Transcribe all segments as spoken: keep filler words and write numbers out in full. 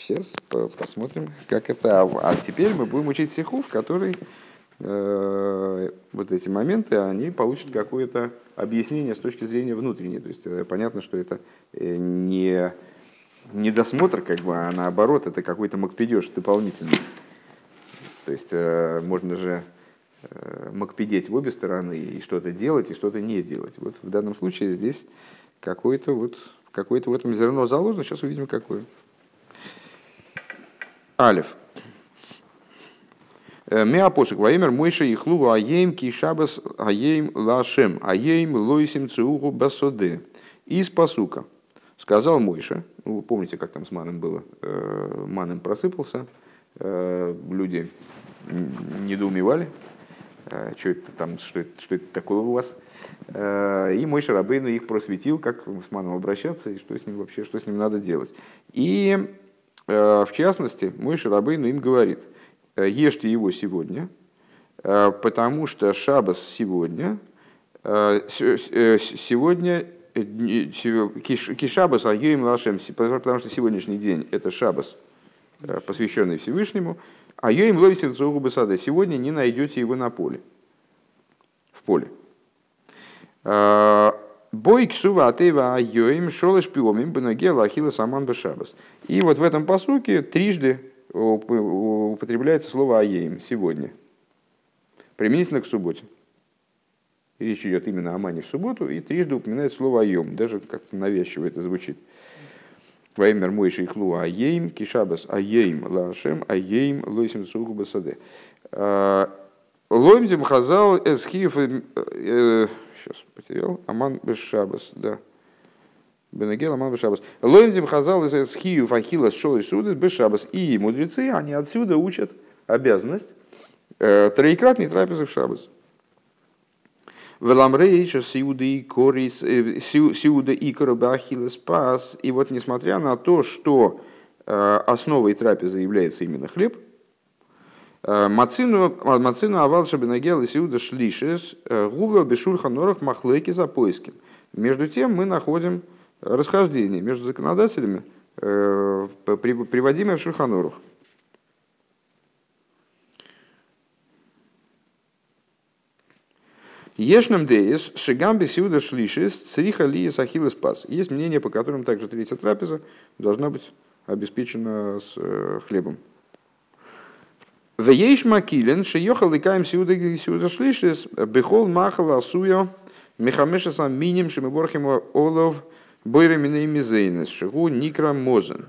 Сейчас посмотрим, как это. А теперь мы будем учить сиху, в которой э, вот эти моменты, они получат какое-то объяснение с точки зрения внутренней. То есть э, понятно, что это не, не досмотр, как бы, а наоборот, это какой-то макпедеж дополнительный. То есть э, можно же э, макпедеть в обе стороны и что-то делать, и что-то не делать. Вот в данном случае здесь какое-то вот, какое-то в этом зерно заложено. Сейчас увидим, какое. Алиф. Меапосук ваимер мойша и хлуву аеем кишабас аеем лашем аеем лойсим цеуху басоде. Из посука сказал Мойша, ну, вы помните, как там с маном было, э, маном просыпался, э, люди недоумевали, э, что это там, что это, что это такое у вас, э, и Мойша Рабейну их просветил, как с маном обращаться и что с ним вообще, что с ним надо делать. И в частности, Мойша Рабейну им говорит: ешьте его сегодня, потому что шаббас сегодня, сегодня кишабас аёим лашем, потому что сегодняшний день это шаббас, посвященный Всевышнему, аёим ловисим цугу басаде, сегодня не найдете его на поле, в поле. Бой ксува атева айоим шолеш пиомим бенагела ахила саман бешабас. И вот в этом пасуке трижды употребляется слово аеим сегодня, применительно к субботе. Речь идет именно о мане в субботу, и трижды упоминается слово аем, даже как-то навязчиво это звучит. Ваимер мойши ихлу аеим кишабас аеим лашем аеим лойсим цугу басаде. Лоймдим хазал эсхиев. Сейчас потерял. Аман бешабас, да. Бенагел аман бешабас. Лоймдим хазал из эсхиев ахилас шолиш судес бешабас. И мудрецы, они отсюда учат обязанность э, троекратной трапезы в шаббас. Веламрейша сиуда и корис сиуда и коробахилас пас. И вот несмотря на то, что э, основой трапезы является именно хлеб, Мацину авал шабинагел и сиуда шлишес гувел бешульхан норах махлейки за поиском. Между тем мы находим расхождение между законодателями, приводимые в Шульхан Арух. Ешнам деес шигам бесиуда шлишес цриха лиес ахиллес пас. Есть мнение, по которым также третья трапеза должна быть обеспечена с хлебом. Вееш макилен шеёхал икаем сиуда сиуда шлишес бехол махал асуя мехамешеса миним шемиборхим олов бойреминой мизейнес шигу никра мозен.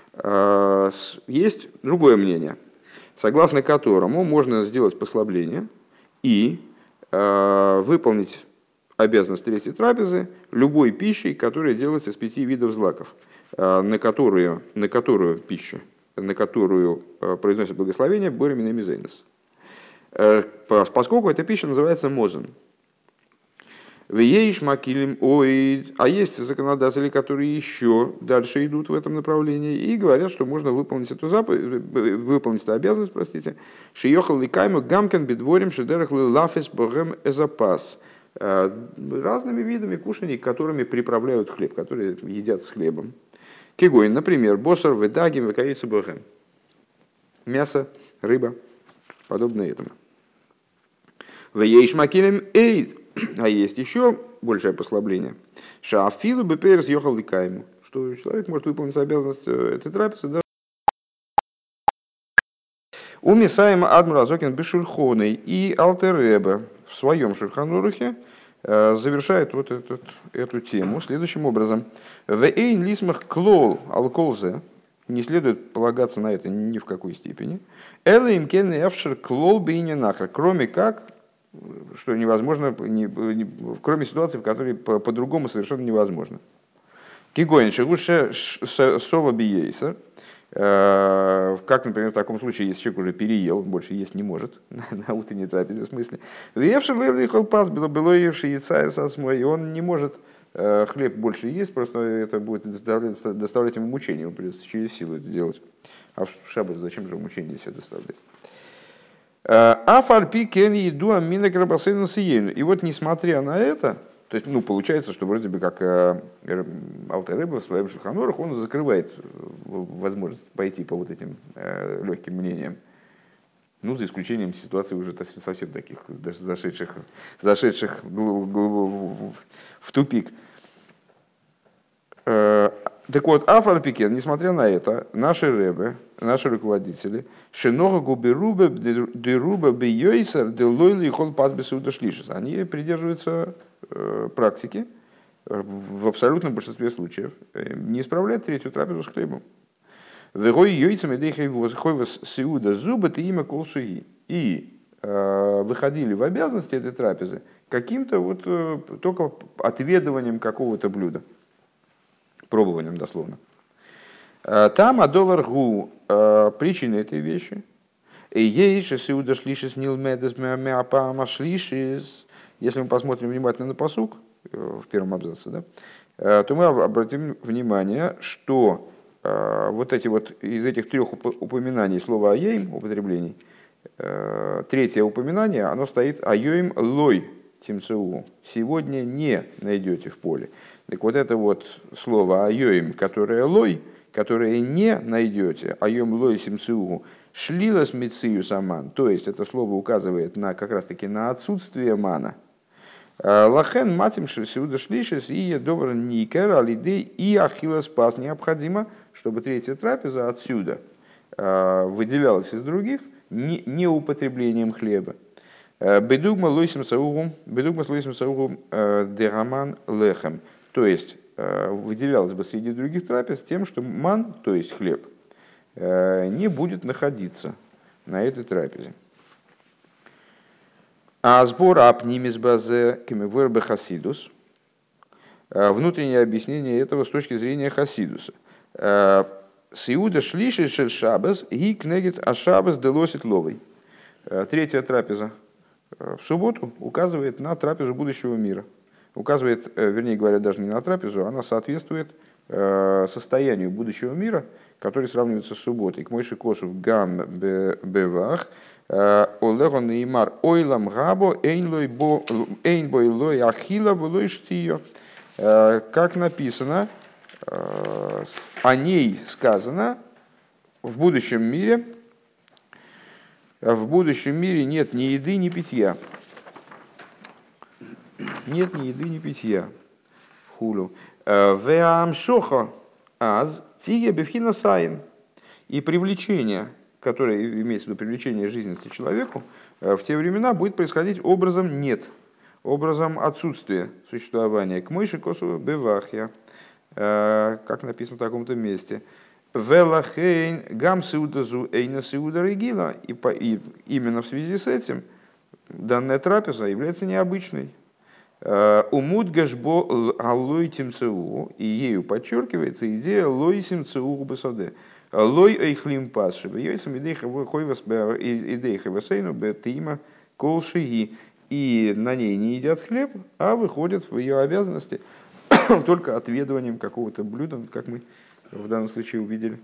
Есть другое мнение, согласно которому можно сделать послабление и выполнить обязанность третьей трапезы любой пищей, которая делается из пяти видов злаков, на которую, на которую пищу, на которую произносит благословение Борем и Мизейнес. Поскольку эта пища называется мозен. А есть законодатели, которые еще дальше идут в этом направлении и говорят, что можно выполнить эту заповедь, выполнить эту обязанность, простите, шиёхал ликайму гамкен бедворим шедерах лафес богем эзапас, разными видами кушаний, которыми приправляют хлеб, которые едят с хлебом. Кигоин, например, босар ведагим векаица богем, мясо, рыба, подобное этому. Вееш макилем эйд. А есть еще большее послабление. Шаафилу беперс ехал ликайму, что человек может выполнить обязанность этой трапезы. Да? У Мисаима Адмуразокин Бешульхоной и Алтереба в своем Шульхан Арухе завершает вот этот, эту тему следующим образом. Вэйн лисмах клол алколзе, не следует полагаться на это ни в какой степени. Элла им кен эфшер клол бейня нахер, кроме как, что невозможно, не, не, кроме ситуации, в которой по, по-другому совершенно невозможно. Кигоин шигуша сова биейсер, как, например, в таком случае, если человек уже переел, он больше есть не может, на утренней трапезе в смысле, вевший левлихол пас, было евший яйца сосмой, и он не может хлеб больше есть, просто это будет доставлять, доставлять ему мучение, ему придется через силу это делать. А в шаббат зачем же мучение себе доставлять? А фальпи кен еду амина крабасейну сиену. И вот несмотря на это, то То есть, ну, получается, что вроде бы как Алтер Ребе в своем Шулхан Арух, он закрывает возможность пойти по вот этим легким мнениям. Ну, за исключением ситуаций уже совсем таких, даже зашедших, зашедших в тупик. Так вот, Афарпикен, несмотря на это, наши ребе, наши руководители, шинога губерубе деруба бейойсер делойли хол пасбесуда шлишес, они придерживаются э, практики в абсолютном большинстве случаев не исправлять третью трапезу с хлебом. Вегой йойцами дейхай хойвас сиуда зуба ты имя колшиги. И э, выходили в обязанности этой трапезы каким-то вот э, только отведыванием какого-то блюда. Пробованием дословно. Там адовар гу причина этой вещи. Если мы посмотрим внимательно на пасук в первом абзаце, да, то мы обратим внимание, что вот эти вот из этих трех упоминаний слова «аейм» употреблений, третье упоминание, оно стоит «аейм лой тимцеу» – «сегодня не найдете в поле». Так вот это вот слово «айоим», которое «лой», которое не найдете, «айом лой симциугу», «шлилас мицию саман», то есть это слово указывает на, как раз таки на отсутствие мана. «Лахен матим шесиуда шлишес и добр никер алидей и ахиллас пас». Необходимо, чтобы третья трапеза отсюда выделялась из других не употреблением хлеба. «Бедугма лойсим саугу, бедугма лойсим саугу дераман лехем». То есть выделялось бы среди других трапез тем, что ман, то есть хлеб, не будет находиться на этой трапезе. А сбор апнимис базе кемевуэр хасидус. Внутреннее объяснение этого с точки зрения хасидуса. Сиуда шлиши шель шабас ги кнегет а шабас делосит ловой. Третья трапеза в субботу указывает на трапезу будущего мира. Указывает, вернее говоря, даже не на трапезу, она соответствует состоянию будущего мира, который сравнивается с субботой. К мойши косов гам бевах олегон неймар ойлам габо эйн бой лой ахила влой штио. Как написано, о ней сказано, в будущем мире, в будущем мире нет ни еды, ни питья. Нет ни еды, ни питья. Хулю. Веамшоха аз тиге бевхина сайн. И привлечение, которое имеется в виду привлечение жизненности человеку, в те времена будет происходить образом нет, образом отсутствия существования. К мыши косу бевахья, как написано в таком-то месте. Велахейн гам сиудазу эйна сиуда регила. И именно в связи с этим данная трапеза является необычной. Умут гашбо аллой тимцеу, и ею подчеркивается идея лой симцеу басаде. Лой эйхлим пасшибе, яйцам идейха хойвас идейха васейну бетима колшиги. И на ней не едят хлеб, а выходят в ее обязанности только отведыванием какого-то блюда, как мы в данном случае увидели.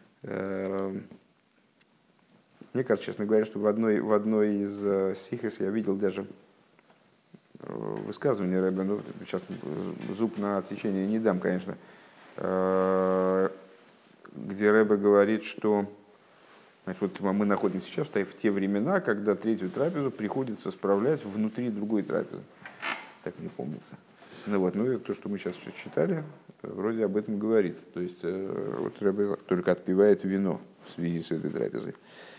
Мне кажется, честно говоря, что в одной, в одной из сихос я видел даже высказывание Ребе, ну, сейчас зуб на отсечение не дам, конечно, где Ребе говорит, что значит, вот мы находимся сейчас в те времена, когда третью трапезу приходится справлять внутри другой трапезы. Так мне помнится. Ну вот, ну и то, что мы сейчас читали, вроде об этом говорит. То есть вот Ребе только отпивает вино в связи с этой трапезой.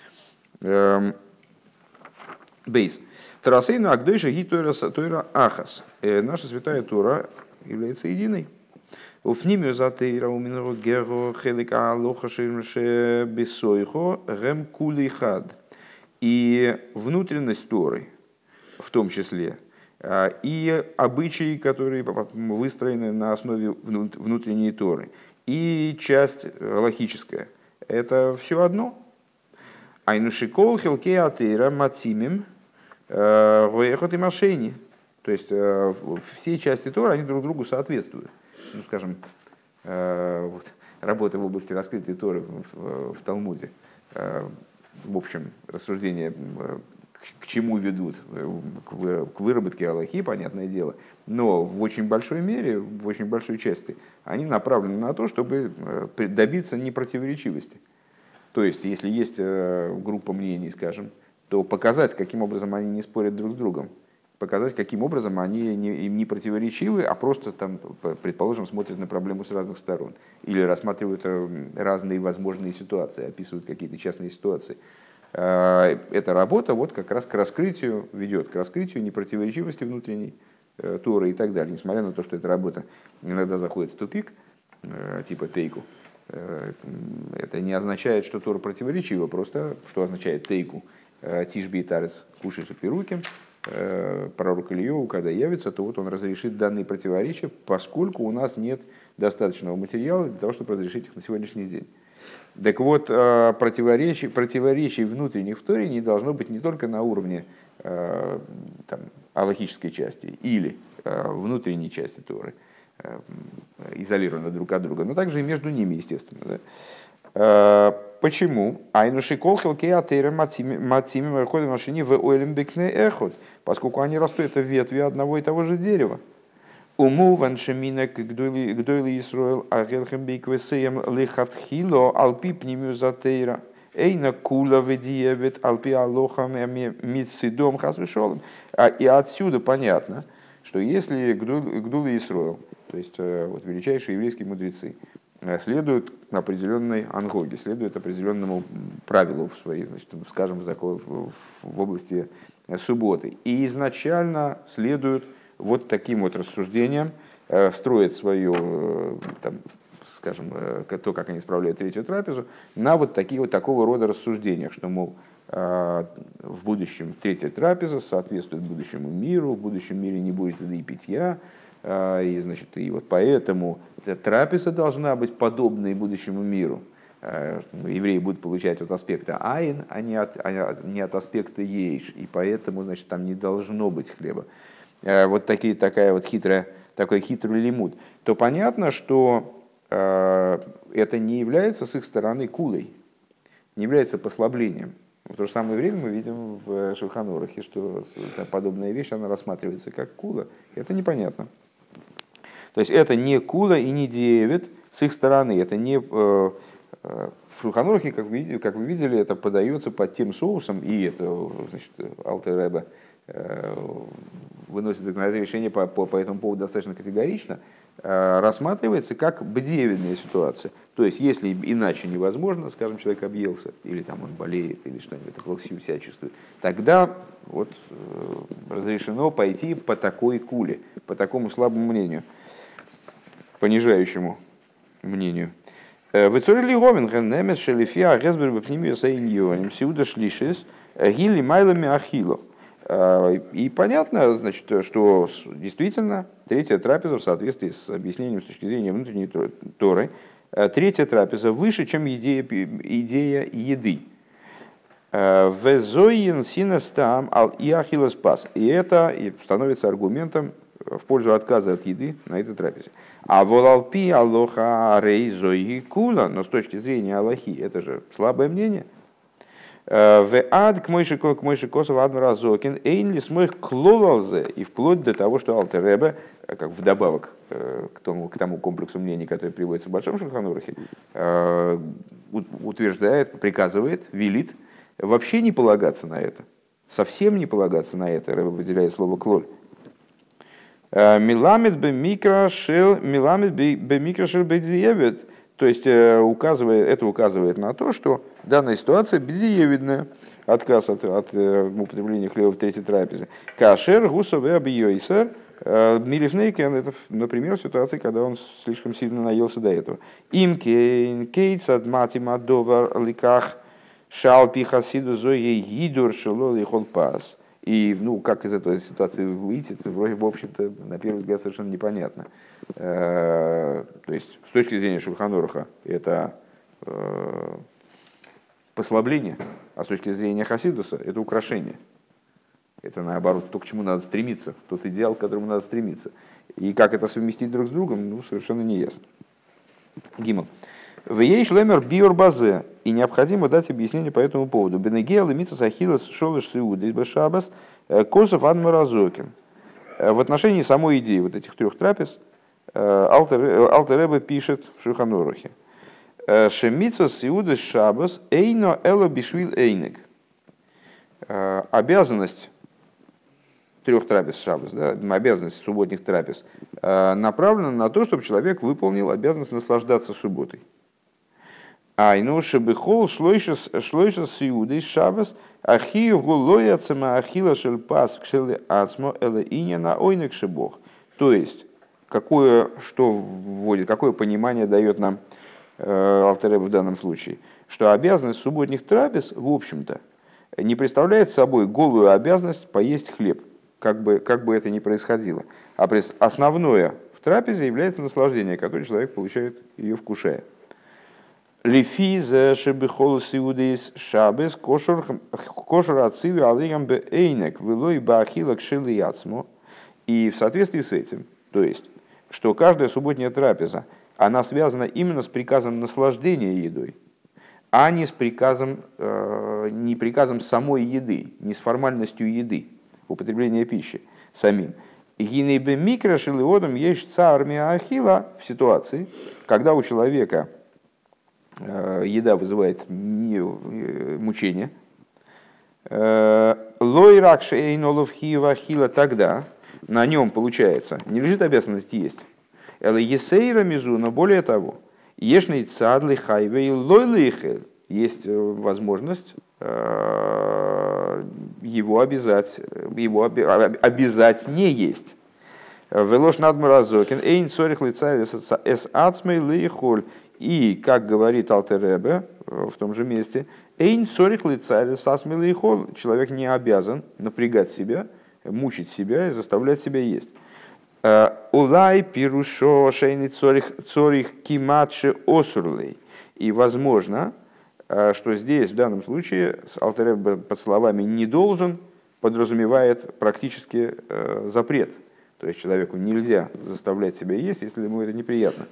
Бейс. Тарасейну агдойша ги тойра ахас. Наша святая Тора является единой. Уфнимию затейра уминро геро хелика алоха ширмше бессойхо гем кулихад. И внутренность Торы, в том числе, и обычаи, которые выстроены на основе внутренней Торы, и часть галахическая, это все одно. Айнушикол хилке атеира матимим роехот и машини. То есть все части Торы, они друг другу соответствуют. Ну, скажем, вот, работа в области раскрытой Торы в, в, в Талмуде. В общем, рассуждение, к чему ведут, к выработке алахи, понятное дело, но в очень большой мере, в очень большой части, они направлены на то, чтобы добиться непротиворечивости. То есть, если есть группа мнений, скажем, то показать, каким образом они не спорят друг с другом, показать, каким образом они не, им не противоречивы, а просто, там, предположим, смотрят на проблему с разных сторон или рассматривают разные возможные ситуации, описывают какие-то частные ситуации. Эта работа вот как раз к раскрытию ведет, к раскрытию непротиворечивости внутренней Торы и так далее. Несмотря на то, что эта работа иногда заходит в тупик, типа тейку, это не означает, что Тора противоречива, просто что означает тейку. Тишби и тарец кушай супи руки. Пророк Ильёу, когда явится, то вот он разрешит данные противоречия, поскольку у нас нет достаточного материала для того, чтобы разрешить их на сегодняшний день. Так вот, противоречий, противоречий внутренних в Торе не должно быть не только на уровне там, алахической части или внутренней части Торы, изолированы друг от друга, но также и между ними, естественно. Да? Почему? Айнуши колхел кеатейра матими выходят машине в ойлембекне эхот, поскольку они растут, это ветви одного и того же дерева. Уму ваншемина гдойли Исроэл агелхем бейквесеем лихатхило алпи пнимю затейра. Эйна кула ведиевет алпи алохам митсидом хасвешолом. И отсюда понятно, что если гдули Исроэл, то есть вот, величайшие еврейские мудрецы, следуют определенной ангоге, следуют определенному правилу в своей, значит, скажем, в области субботы. И изначально следуют вот таким вот рассуждениям, строят свою, там, скажем, то, как они справляют третью трапезу, на вот такие вот такого рода рассуждениях, что, мол, в будущем третья трапеза соответствует будущему миру, в будущем мире не будет еды и питья, и, значит, и вот поэтому эта трапеза должна быть подобной будущему миру. Евреи будут получать от аспекта айн, а не от, а не от аспекта ейш, и поэтому, значит, там не должно быть хлеба. Вот такие, такая вот хитрая, такой хитрый лимут. То понятно, что э, это не является с их стороны кулой, не является послаблением. В то же самое время мы видим в Шулхан Арухе, что подобная вещь, она рассматривается как кула. Это непонятно. То есть это не кула и не девет с их стороны. Это не... В Шулхан Арухе, как вы, как вы видели, это подается под тем соусом, и это, значит, Алтер Ребе выносит законодательное решение по, по, по этому поводу достаточно категорично, рассматривается как бдевидная ситуация. То есть, если иначе невозможно, скажем, человек объелся, или там он болеет, или что-нибудь, плохо себя чувствует, тогда вот, разрешено пойти по такой куле, по такому слабому мнению, понижающему мнению. Выцорили говен немец шелифия гезбер бфнимию сайньоним сиуда шлишис гилли майлами ахило. И понятно, значит, что действительно третья трапеза в соответствии с объяснением с точки зрения внутренней Торы, третья трапеза выше, чем идея, идея еды. Везоин синестам ал иахилос пас. И это становится аргументом в пользу отказа от еды на этой трапезе. А волалпи алоха рейзои кула, но с точки зрения Аллахи это же слабое мнение. В ад к мойши косов адмразокин эйнли смоих клолалзе, и вплоть до того, что Алтер Ребе, как вдобавок к тому, к тому комплексу мнений, который приводится в Большом Шулхан Арухе, утверждает, приказывает, велит вообще не полагаться на это, совсем не полагаться на это. Ребе выделяет слово клоль. Миламид бе микрашил, миламид бе микрашил бедзиевет. То есть указывает, это указывает на то, что данная ситуация бедзиевидная, отказ от, от употребления хлеба в третьей трапезе. Кашер гусове абьёйсер милифнейкен, это, например, ситуация, когда он слишком сильно наелся до этого. Имкейн кейц ад матима довар ликах шалпи хасиду зоей гидур шело лихол пас. И, ну, как из этой ситуации выйти, это вроде, в общем-то, на первый взгляд совершенно непонятно. То есть, с точки зрения Шулхан Аруха, это послабление, а с точки зрения Хасидуса, это украшение. Это, наоборот, то, к чему надо стремиться, тот идеал, к которому надо стремиться. И как это совместить друг с другом, ну, совершенно не ясно. Гимл. В ей шлемер биор базе. И необходимо дать объяснение по этому поводу. Бенегея лимитас ахиллас шолыш сиудис бешабас косов адмаразокин. В отношении самой идеи вот этих трех трапез Алтер Ребе пишет в Шульхан Орухе. Шемитсва сиудис шабас эйно эло бишвил эйнек. Обязанность трех трапез шабас, да, обязанность субботних трапез направлена на то, чтобы человек выполнил обязанность наслаждаться субботой. Айну шебихол шлойшес сиудис шабас ахию гулоя цема ахила шельпас кшели ацмо эле иньяна ойнек шебох. То есть, какое, что вводит, какое понимание дает нам э, Алтер Ребе в данном случае, что обязанность субботних трапез, в общем-то, не представляет собой голую обязанность поесть хлеб, как бы, как бы это ни происходило. А основное в трапезе является наслаждение, которое человек получает, ее вкушая. Лифиза шебихол сиудис шабес кошер кошер ациви алигам бе эйнек вилой баахила кшили яцмо. И в соответствии с этим, то есть, что каждая субботняя трапеза, она связана именно с приказом наслаждения едой, а не с приказом, э, не приказом самой еды, не с формальностью еды, употребления пищи самим. Гинейбе микро шилиодом есть цармия ахила в ситуации, когда у человека еда вызывает мучение. Лойрак шейнолов хива хила, тогда на нем, получается, не лежит обязанность есть. Эле есейра мизу, но более того, ешный цадли хайвей лойлихел, есть возможность его обязать, его обязать не есть. Велош надмаразокин, эйн цорих лица эс ацмей лейхоль. И, как говорит Алтер Ребе в том же месте, эйн цорих лица эс ацмей лейхоль. Человек не обязан напрягать себя, мучить себя и заставлять себя есть. Улай пирушо шейни цорих киматши осурлей. И возможно, что здесь в данном случае Алтер Ребе под словами «не должен» подразумевает практически запрет. То есть человеку нельзя заставлять себя есть, если ему это неприятно.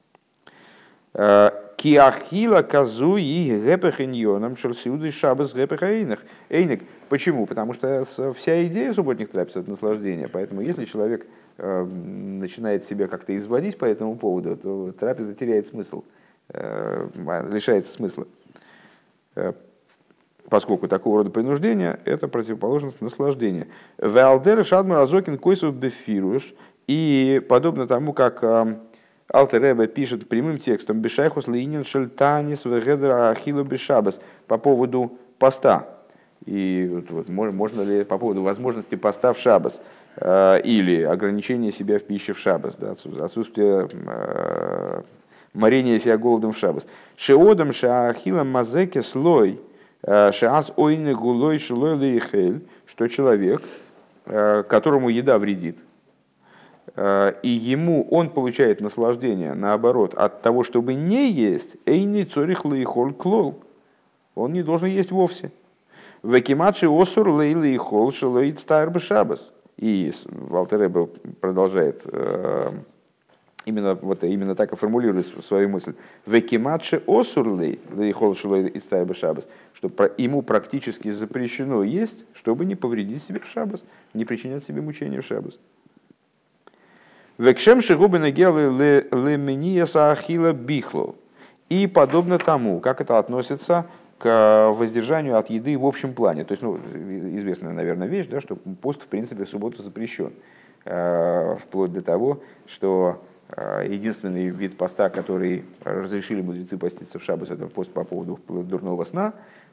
Киахила казу и гэпэхэньоном шерсиуды шабас гэпэхэньных. Эйник. Почему? Потому что вся идея субботних трапез — это наслаждение. Поэтому если человек начинает себя как-то изводить по этому поводу, то трапеза теряет смысл, лишается смысла. Поскольку такого рода принуждение — это противоположность наслаждения. Валдер шадмар азокин койсов бефируш. И подобно тому, как Алтер Ребе пишет прямым текстом «Бешайхус лиинин шельтанис вегедра ахилу бешабас» по поводу поста. И вот, вот, можно ли по поводу возможности поста в шабас э, или ограничения себя в пище в шабас, да, отсутствие э, морения себя голодом в шабас. «Шеодам шаахилам мазеке слой шаас ойны гулой шлой лейхель», что человек, э, которому еда вредит, и ему он получает наслаждение, наоборот, от того, чтобы не есть, эйни цорих лейхоль клол. Он не должен есть вовсе. Векимачи осур лей лейхоль шелоид стайр бешабас. И Алтер Ребе продолжает именно, вот, именно так и формулирует свою мысль. Векимачи осур лей лейхоль шелоид стайр бешабас. Что ему практически запрещено есть, чтобы не повредить себе в шабас, не причинять себе мучения в шабас. Векшем шигубы гелы лемения ахила бихло. И подобно тому, как это относится к воздержанию от еды в общем плане. То есть, ну, известная, наверное, вещь, да, что пост, в принципе, в субботу запрещен. Вплоть до того, что единственный вид поста, который разрешили мудрецы поститься в шаббат, это пост по поводу дурного сна.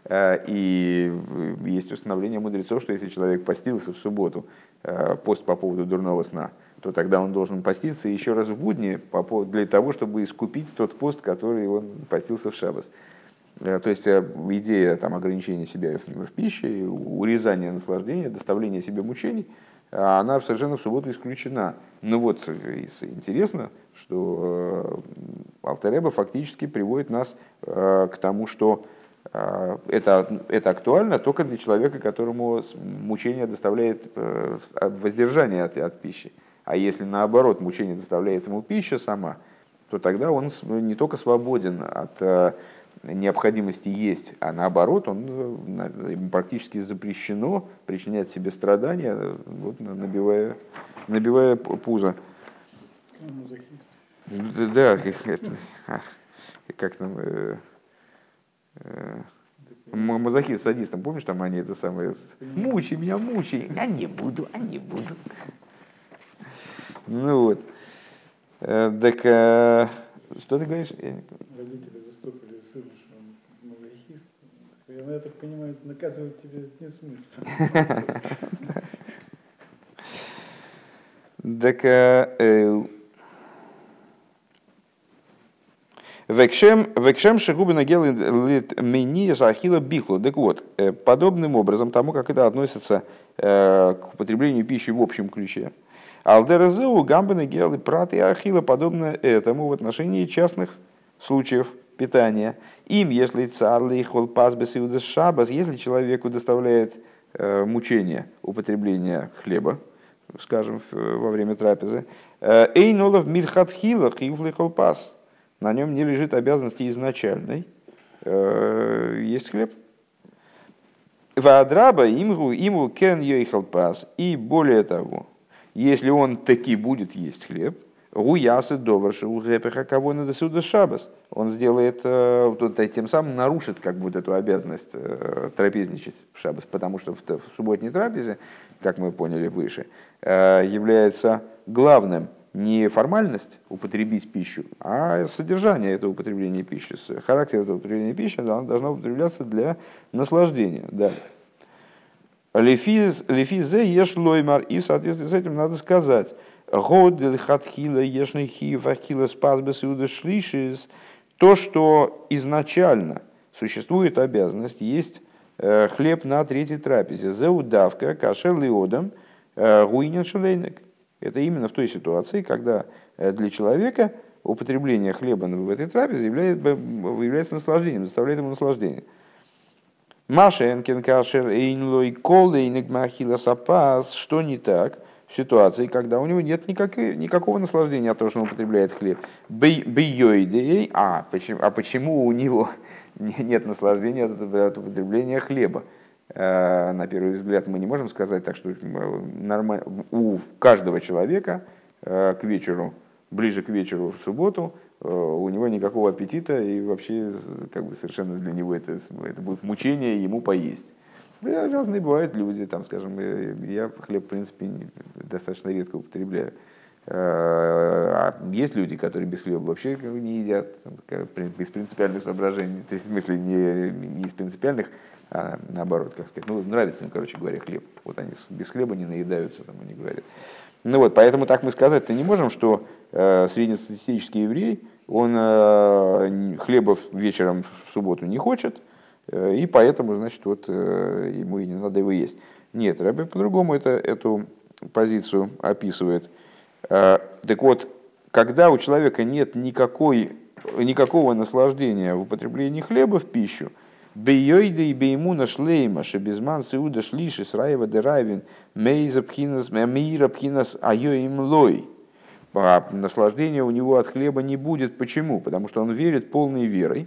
И есть установление мудрецов, что если человек постился в субботу, пост по поводу дурного сна, то тогда он должен поститься еще раз в будни для того, чтобы искупить тот пост, который он постился в шаббат. То есть идея там, ограничения себя в пище, урезания наслаждения, доставления себе мучений, она совершенно в субботу исключена. Но вот интересно, что Алтер Ребе фактически приводит нас к тому, что это, это актуально только для человека, которому мучение доставляет воздержание от, от пищи. А если наоборот мучение доставляет ему пища сама, то тогда он не только свободен от необходимости есть, а наоборот, он, ему практически запрещено причинять себе страдания, вот, набивая, набивая пузо. Да, как там, э, э, мазохист с садистом, помнишь, там они это самое, мучай меня, мучай, я не буду, а не буду. Ну вот, так, что ты говоришь? Родители застукали сына, что он мазохист. Я так понимаю, наказывать тебе нет смысла. Так, Векшем, векшем шигубина гелит мени захила бихло. Так вот, подобным образом, тому, как это относится к употреблению пищи в общем ключе. Алдерезеу гамбина гелы прат и ахила подобно этому в отношении частных случаев питания. Им, если царли холпас бесиудес шабас, если человеку доставляет мучение употребление хлеба, скажем, во время трапезы, эйнолов мирхатхила хивли холпас. На нем не лежит обязанности изначальной. Есть хлеб. Вадраба имгу иму кен йойхалпас. И более того, если он таки будет есть хлеб, гуясы доварши у гэпеха кого надо сюда шабас. Он сделает, тем самым нарушит как бы эту обязанность трапезничать в шабас, потому что в субботней трапезе, как мы поняли выше, является главным не формальность употребить пищу, а содержание этого употребления пищи, характер этого употребления пищи должно употребляться для наслаждения. Да. Лефизе еш лоймар, и в соответствии с этим надо сказать, год хатхила ешный хив ахила спасбес иуда шлишис, то, что изначально существует обязанность есть хлеб на третьей трапезе, зеудавка кашер лиодам гуинен шелейнек. Это именно в той ситуации, когда для человека употребление хлеба в этой трапезе является, является наслаждением, доставляет ему наслаждение. Маша энкен кашер эйнлой колейник махила сапас. Что не так в ситуации, когда у него нет никакой, никакого наслаждения от того, что он употребляет хлеб? Бейойдей. А почему, а почему у него нет наслаждения от, от употребления хлеба? На первый взгляд мы не можем сказать так, что нормально, у каждого человека к вечеру, ближе к вечеру в субботу, у него никакого аппетита, и вообще как бы совершенно для него это, это будет мучение ему поесть. Разные бывают люди, там, скажем, я хлеб в принципе достаточно редко употребляю. А есть люди, которые без хлеба вообще не едят, без принципиальных соображений, то есть в смысле не, не из принципиальных, а наоборот, как сказать, ну, нравится им, короче говоря, хлеб. Вот они без хлеба не наедаются, там они говорят. Ну вот, поэтому так мы сказать-то не можем, что э, среднестатистический еврей, он э, хлеба вечером в субботу не хочет, э, и поэтому, значит, вот э, ему и не надо его есть. Нет, Рабби по-другому это, эту позицию описывает. Э, так вот, когда у человека нет никакой, никакого наслаждения в употреблении хлеба в пищу, бейойда и беймуна шлейма, шебезман сеуда шлиши сраева деравин, мейза пхинас, мейра пхинас айоим лой. Наслаждения у него от хлеба не будет. Почему? Потому что он верит полной верой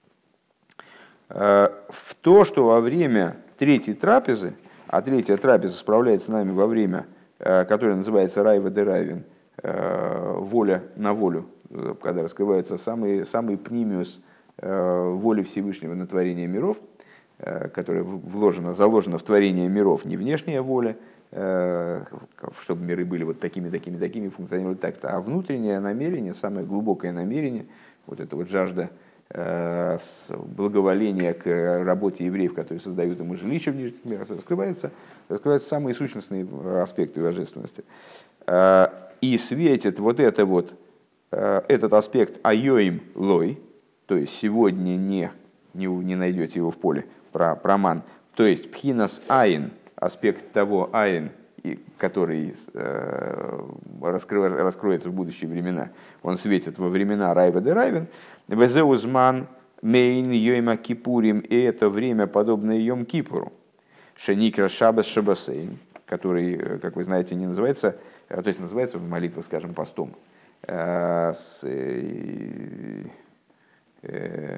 в то, что во время третьей трапезы, а третья трапеза справляется с нами во время, которое называется райва деравин, воля на волю, когда раскрывается самый, самый пнимиус воли Всевышнего на творение миров, которая вложена, заложена в творение миров, не внешняя воля, чтобы миры были вот такими, такими, такими, функционировали так-то, а внутреннее намерение, самое глубокое намерение, вот эта вот жажда благоволения к работе евреев, которые создают ему жилище в нижних мирах, раскрывается, раскрываются самые сущностные аспекты божественности. И светит вот, это вот этот аспект айоим лой, то есть сегодня не, не, не найдете его в поле, про, про ман. То есть пхинас айн, аспект того айн, который э, раскрывает, раскроется в будущие времена, он светит во времена райва де райвен, везеузман мейн йойма кипурим, и это время, подобное йом кипуру, шеникра шабас шабасейн, который, как вы знаете, не называется, то есть называется молитва, скажем, постом. э, с, э, э,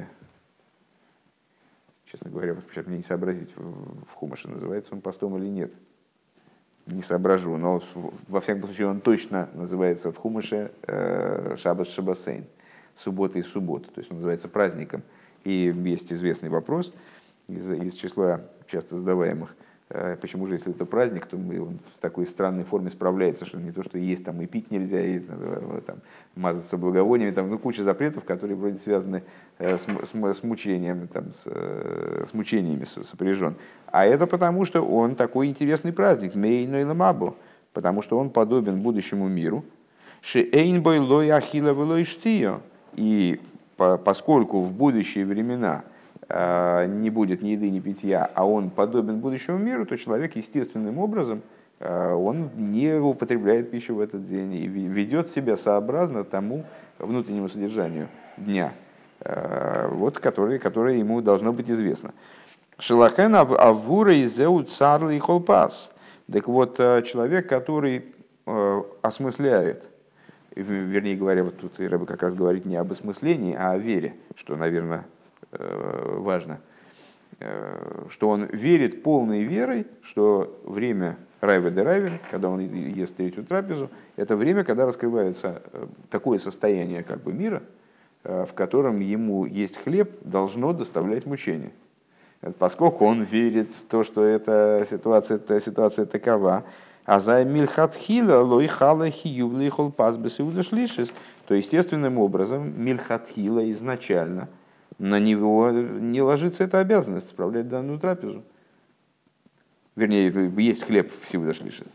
честно говоря, сейчас мне не сообразить, в, в Хумаше называется он постом или нет. Не соображу, но во всяком случае он точно называется в Хумаше э, Шаббат Шаббасейн, суббота и суббота, то есть он называется праздником. И есть известный вопрос из, из числа часто задаваемых, э, почему же, если это праздник, то мы, он в такой странной форме справляется, что не то, что есть там и пить нельзя, и э, там, мазаться благовониями, там, ну, куча запретов, которые вроде связаны э, с, с, с мучением, там, с, э, с мучениями сопряжен. А это потому, что он такой интересный праздник, Мейну и Ламабу, потому что он подобен будущему миру. Шеэйнбой лой ахила велой штио. И по, поскольку в будущие времена э, не будет ни еды, ни питья, а он подобен будущему миру, то человек естественным образом э, он не употребляет пищу в этот день и ведет себя сообразно тому внутреннему содержанию дня, э, вот, которое, которое ему должно быть известно. Шелахен авура и зеут царли и холпас. Так вот, человек, который осмысляет, вернее говоря, вот тут Рэбе как раз говорит не об осмыслении, а о вере, что, наверное, важно, что он верит полной верой, что время райве де райве, когда он ест третью трапезу, это время, когда раскрывается такое состояние как бы мира, в котором ему есть хлеб, должно доставлять мучения. Поскольку он верит в то, что эта ситуация, эта ситуация такова, а за мильхатхила лойхала хиювли холпас бесиудашлишис, то естественным образом мильхатхила изначально на него не ложится эта обязанность справлять данную трапезу. Вернее, есть хлеб в сиудашлишис.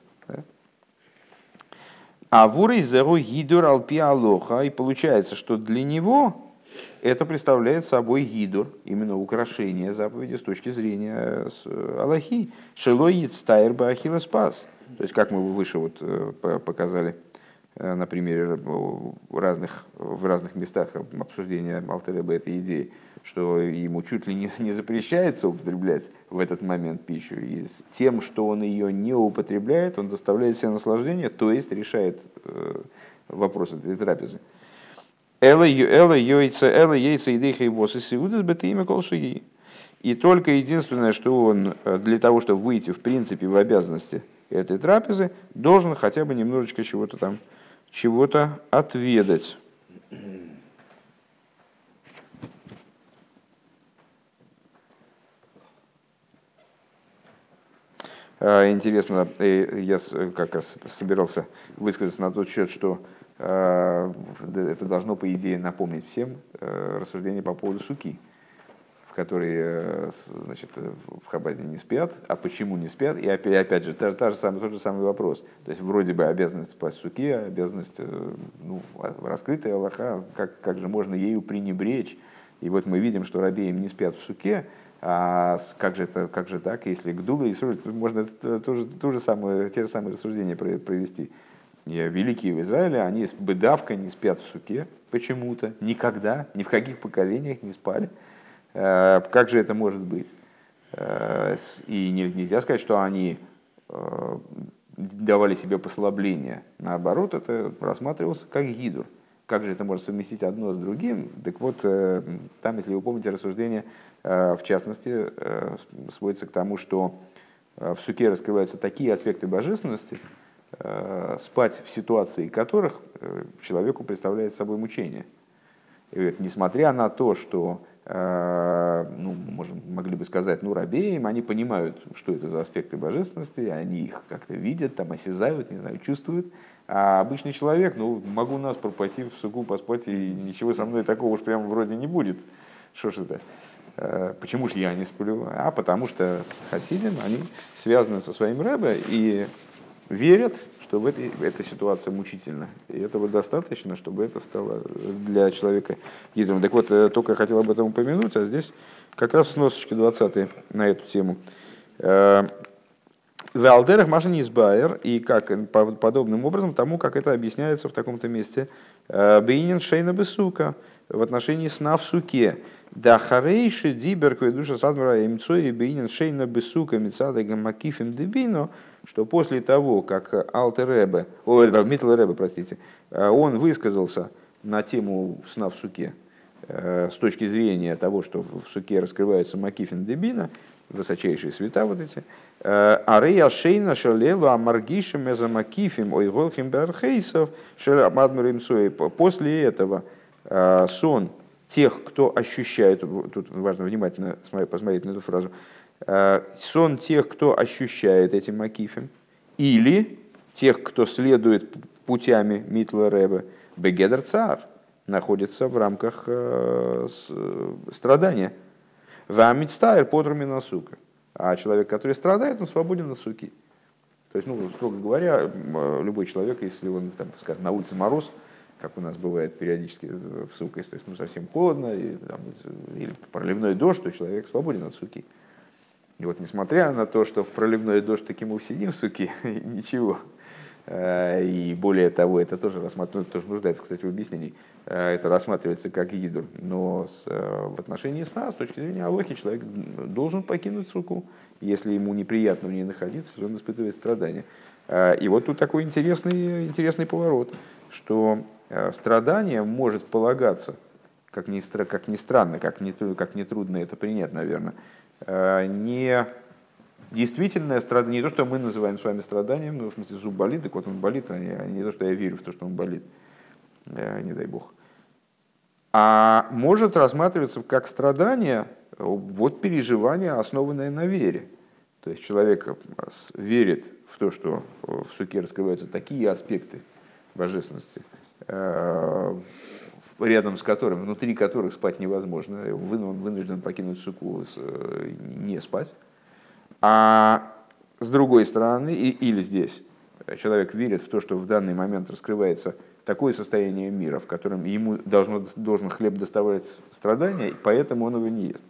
А вурей зеру гидур алпи алоха, и получается, что для него это представляет собой гидур, именно украшение заповеди с точки зрения алахи. Шелой яцтайр баахила спас. То есть, как мы выше вот показали на примере разных, в разных местах обсуждения Алтер Ребе этой идеи, что ему чуть ли не, не запрещается употреблять в этот момент пищу. И с тем, что он ее не употребляет, он доставляет себе наслаждение, то есть решает вопрос этой трапезы. Эла яйца, эла яйца и дейха и босы сиудас бетейма колшиги. И только единственное, что он для того, чтобы выйти в принципе в обязанности этой трапезы, должен хотя бы немножечко чего-то там, чего-то отведать. Интересно, я как раз собирался высказаться на тот счет, что это должно, по идее, напомнить всем рассуждение по поводу суки, в которой, значит, в Хабаде не спят. А почему не спят? И опять, опять же, та, та же самый, тот же самый вопрос. То есть, вроде бы обязанность спать суки, обязанность, ну, раскрытая Аллаха, как, как же можно ею пренебречь? И вот мы видим, что рабеям не спят в суке. А как же, это, как же так, если Гдула и Исроль, можно тоже, то же самое, те же самые рассуждения провести. Великие в Израиле, они с быдавкой не спят в суке почему-то, никогда, ни в каких поколениях не спали. Как же это может быть? И нельзя сказать, что они давали себе послабление. Наоборот, это рассматривалось как гидур. Как же это может совместить одно с другим? Так вот, там, если вы помните, рассуждение, в частности, сводится к тому, что в суке раскрываются такие аспекты божественности, спать в ситуации которых человеку представляет собой мучение. И вот, несмотря на то, что, ну, можем, могли бы сказать, ну, рабеям, они понимают, что это за аспекты божественности, они их как-то видят, там, осязают, не знаю, чувствуют. А обычный человек, ну, могу нас пойти в суку поспать, и ничего со мной такого уж прямо вроде не будет. Что ж это? Почему же я не сплю? А потому что с хасидим они связаны со своим рэбе и верят, что в этой, эта ситуация мучительна. И этого достаточно, чтобы это стало для человека гидом. Так вот, только хотел об этом упомянуть, а здесь как раз сносочки двадцатые на эту тему. В Алдерах Маша не избайер, и как подобным образом тому, как это объясняется в таком-то месте. Бейнин шейна бесука в отношении сна в суке. Да харейши диберк ведуша садмара имцой бейнин шейна бесука мецада гамакифим дебино, что после того, как Алтер Ребе, ой, Миттл Ребе, простите, он высказался на тему сна в суке с точки зрения того, что в суке раскрываются макифин дебина, высочайшие света вот эти, арея шейна шалелу амаргишем эзамакифим ойголхим берхейсов шеламадмарим цой. После этого сон тех, кто ощущает, тут важно внимательно посмотреть на эту фразу, сон тех, кто ощущает эти макифим, или тех, кто следует путями Миттл Ребе, бегедер цар, находится в рамках страдания. Вамитстайр подруми на сука. А человек, который страдает, он свободен от суки. То есть, ну, строго говоря, любой человек, если он, там, скажем, на улице мороз, как у нас бывает периодически в суке, то есть, ну, совсем холодно, и, там, или проливной дождь, то человек свободен от суки. И вот, несмотря на то, что в проливной дождь таки мы сидим в суке, ничего. И более того, это тоже рассматривается, тоже нуждается, кстати, в объяснении. Это рассматривается как гидур, но с, в отношении сна, с точки зрения алохи, человек должен покинуть суку. Если ему неприятно в ней находиться, он испытывает страдания. И вот тут такой интересный, интересный поворот, что страдание может полагаться, как ни, как ни странно, как ни, как ни трудно это принять, наверное, не действительное страдание, не то, что мы называем с вами страданием, ну, в смысле, зуб болит, так вот он болит, а не, а не то, что я верю в то, что он болит, не дай бог. А может рассматриваться как страдание, вот переживание, основанное на вере. То есть человек верит в то, что в суке раскрываются такие аспекты божественности, рядом с которым, внутри которых спать невозможно, он вынужден покинуть суку, не спать. А с другой стороны, и, или здесь, человек верит в то, что в данный момент раскрывается такое состояние мира, в котором ему должно, должен хлеб доставлять страдания, и поэтому он его не ест.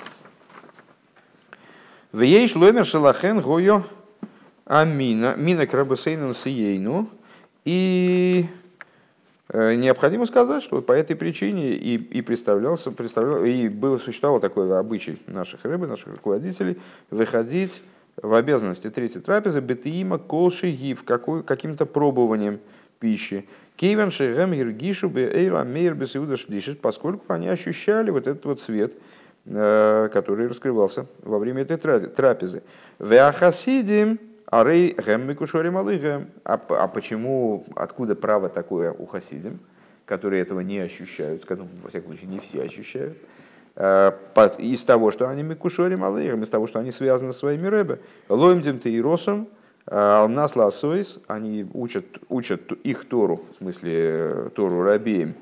Вееш ломер шелахен гойо амина, мина крабусейнун сиейну. И необходимо сказать, что по этой причине и, и представлялся, представлял, и был, существовал такой обычай наших рыбы, наших руководителей, выходить в обязанности третьей трапезы бетиима колши гив, каким-то пробованием пищи. Кейвен шегем иргишу беэйла мейр бесиуда шлишит, поскольку они ощущали вот этот вот свет, который раскрывался во время этой трапезы. Веахасидим арей гэм микушори малыгэм. А почему, откуда право такое у хасидим, которые этого не ощущают, ну, во всяком случае не все ощущают, из того, что они микушори малыгэм, из того, что они связаны со своими рэбе, лоимдим ты и росом, нас ласойс, они учат, учат их Тору, в смысле Тору рабеем,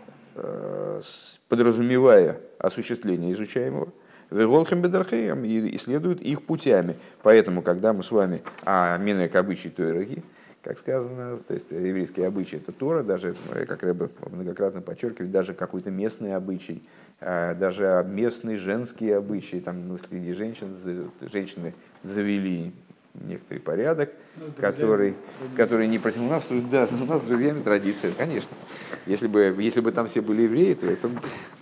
подразумевая осуществление изучаемого, веголхем бедархеем, и исследуют их путями. Поэтому, когда мы с вами, а минек обычай Тойраги, как сказано, то есть еврейский обычай это Тора, даже, как Ребе многократно подчеркивает, даже какой-то местный обычай, даже местный женский обычай, там, ну, среди женщин, женщины завели некоторый порядок, ну, который, который не против нас, да, у нас с друзьями традиция, конечно. Если бы, если бы там все были евреи, то это...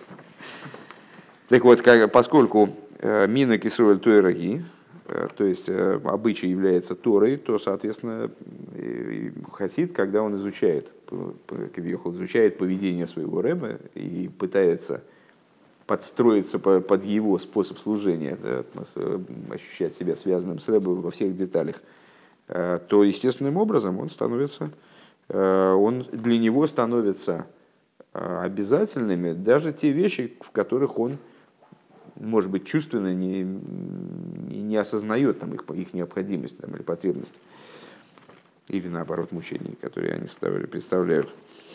Так вот, как, поскольку мина кисруэль тойраги, то есть обычай является Торой, то, соответственно, хасид, когда он изучает, изучает поведение своего рэбе и пытается подстроиться под его способ служения, да, ощущать себя связанным с рэбе во всех деталях, то естественным образом он становится, он, для него становятся обязательными даже те вещи, в которых он, может быть, чувственно не, не осознает там, их, их необходимость там, или потребность, или наоборот мучений, которые они представляют.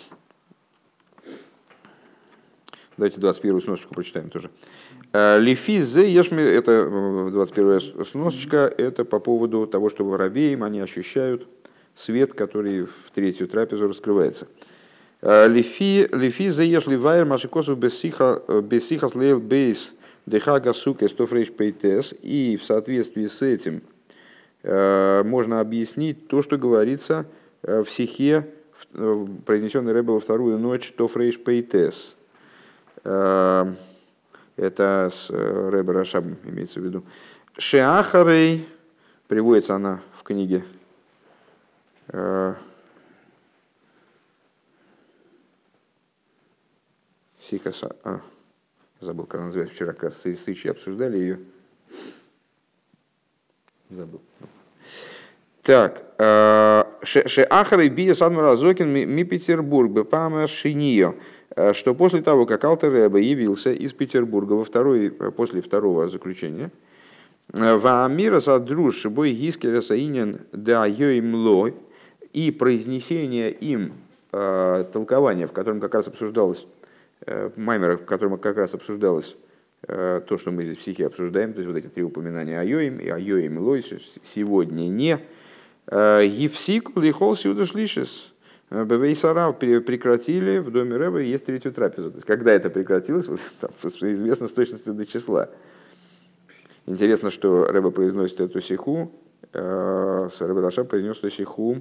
Давайте двадцать первую сносочку прочитаем тоже. Лифи зе ешми, это двадцать первая сносочка, это по поводу того, что воробеям они ощущают свет, который в третью трапезу раскрывается. Лифи лифи зе ешли вайр машикосу бесиха бесихас лейл бейс дехага сука стофрейш пейтес, и в соответствии с этим можно объяснить то, что говорится в сихе, произнесенной Ребе во вторую ночь тофрейш пейтес. Это с Ребе Рашабом имеется в виду. Шеахарей, приводится она в книге э, Сихаса, а, забыл, как она называется, вчера как раз с Исычи обсуждали ее. Забыл. Так, Шеахарей бия Садмар Азокин ми Петербург, бепама шинио, что после того, как Алтер Ребе явился из Петербурга во второй, после второго заключения, Ваамира садруш бой гискеля саинен да йоимлой, и произнесение им э, толкования, в котором как раз обсуждалось, э, маймера, в котором как раз обсуждалось э, то, что мы здесь в психе обсуждаем, то есть вот эти три упоминания о йоим и о йоимлой, сегодня не, Евсик лихол сюда шлишес, бевейсарав прекратили в доме Ребе есть третью трапезу. То есть, когда это прекратилось, вот, там, известно с точностью до числа. Интересно, что Ребе произносит эту сиху, э, Ребе Рашаб произнес эту сиху.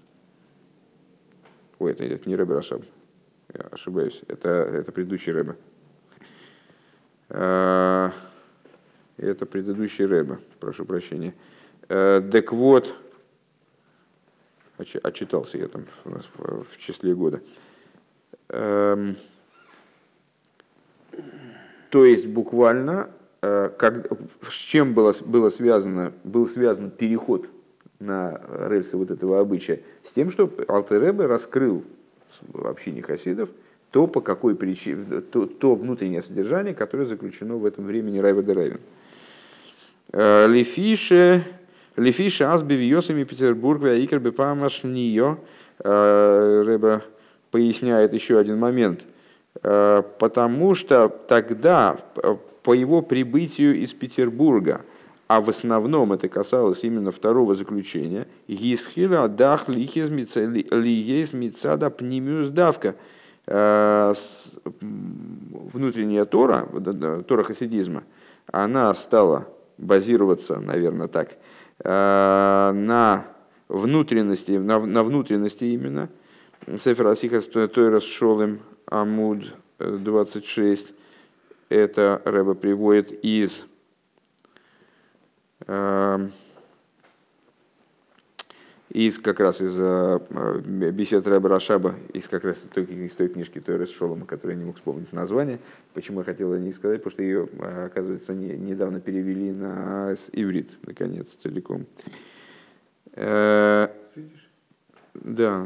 Ой, это, это не Ребе Рашаб, я ошибаюсь, это, это предыдущий Ребе. Э, это предыдущий Ребе, прошу прощения. Э, так вот, отчитался я там у нас в, в числе года. Э, то есть буквально как, с чем было, было связано, был связан переход на рельсы вот этого обычая? С тем, что Алтер Ребе раскрыл в общине хасидов то, по какой причине, то, то внутреннее содержание, которое заключено в этом времени Райва де Райвен. Лефише, лефише азбеви йосами Петербург, вяикер бепамаш нио. Ребе поясняет еще один момент. Потому что тогда, по его прибытию из Петербурга, а в основном это касалось именно второго заключения, «Гисхила дах лихез мицада пнимиус давка», внутренняя Тора, Тора хасидизма, она стала базироваться, наверное, так, на внутренности, на, на внутренности именно. Сефер Асихас Тойрас Шолем Амуд двадцать шесть. Это Ребе приводит из, э, из как раз из э, бесед Ребе Рашаба, из как раз той, из той книжки Тойрес Шолома, которую я не мог вспомнить название. Почему я хотел о ней сказать? Потому что ее, оказывается, не, недавно перевели на иврит, наконец, целиком. Э, да.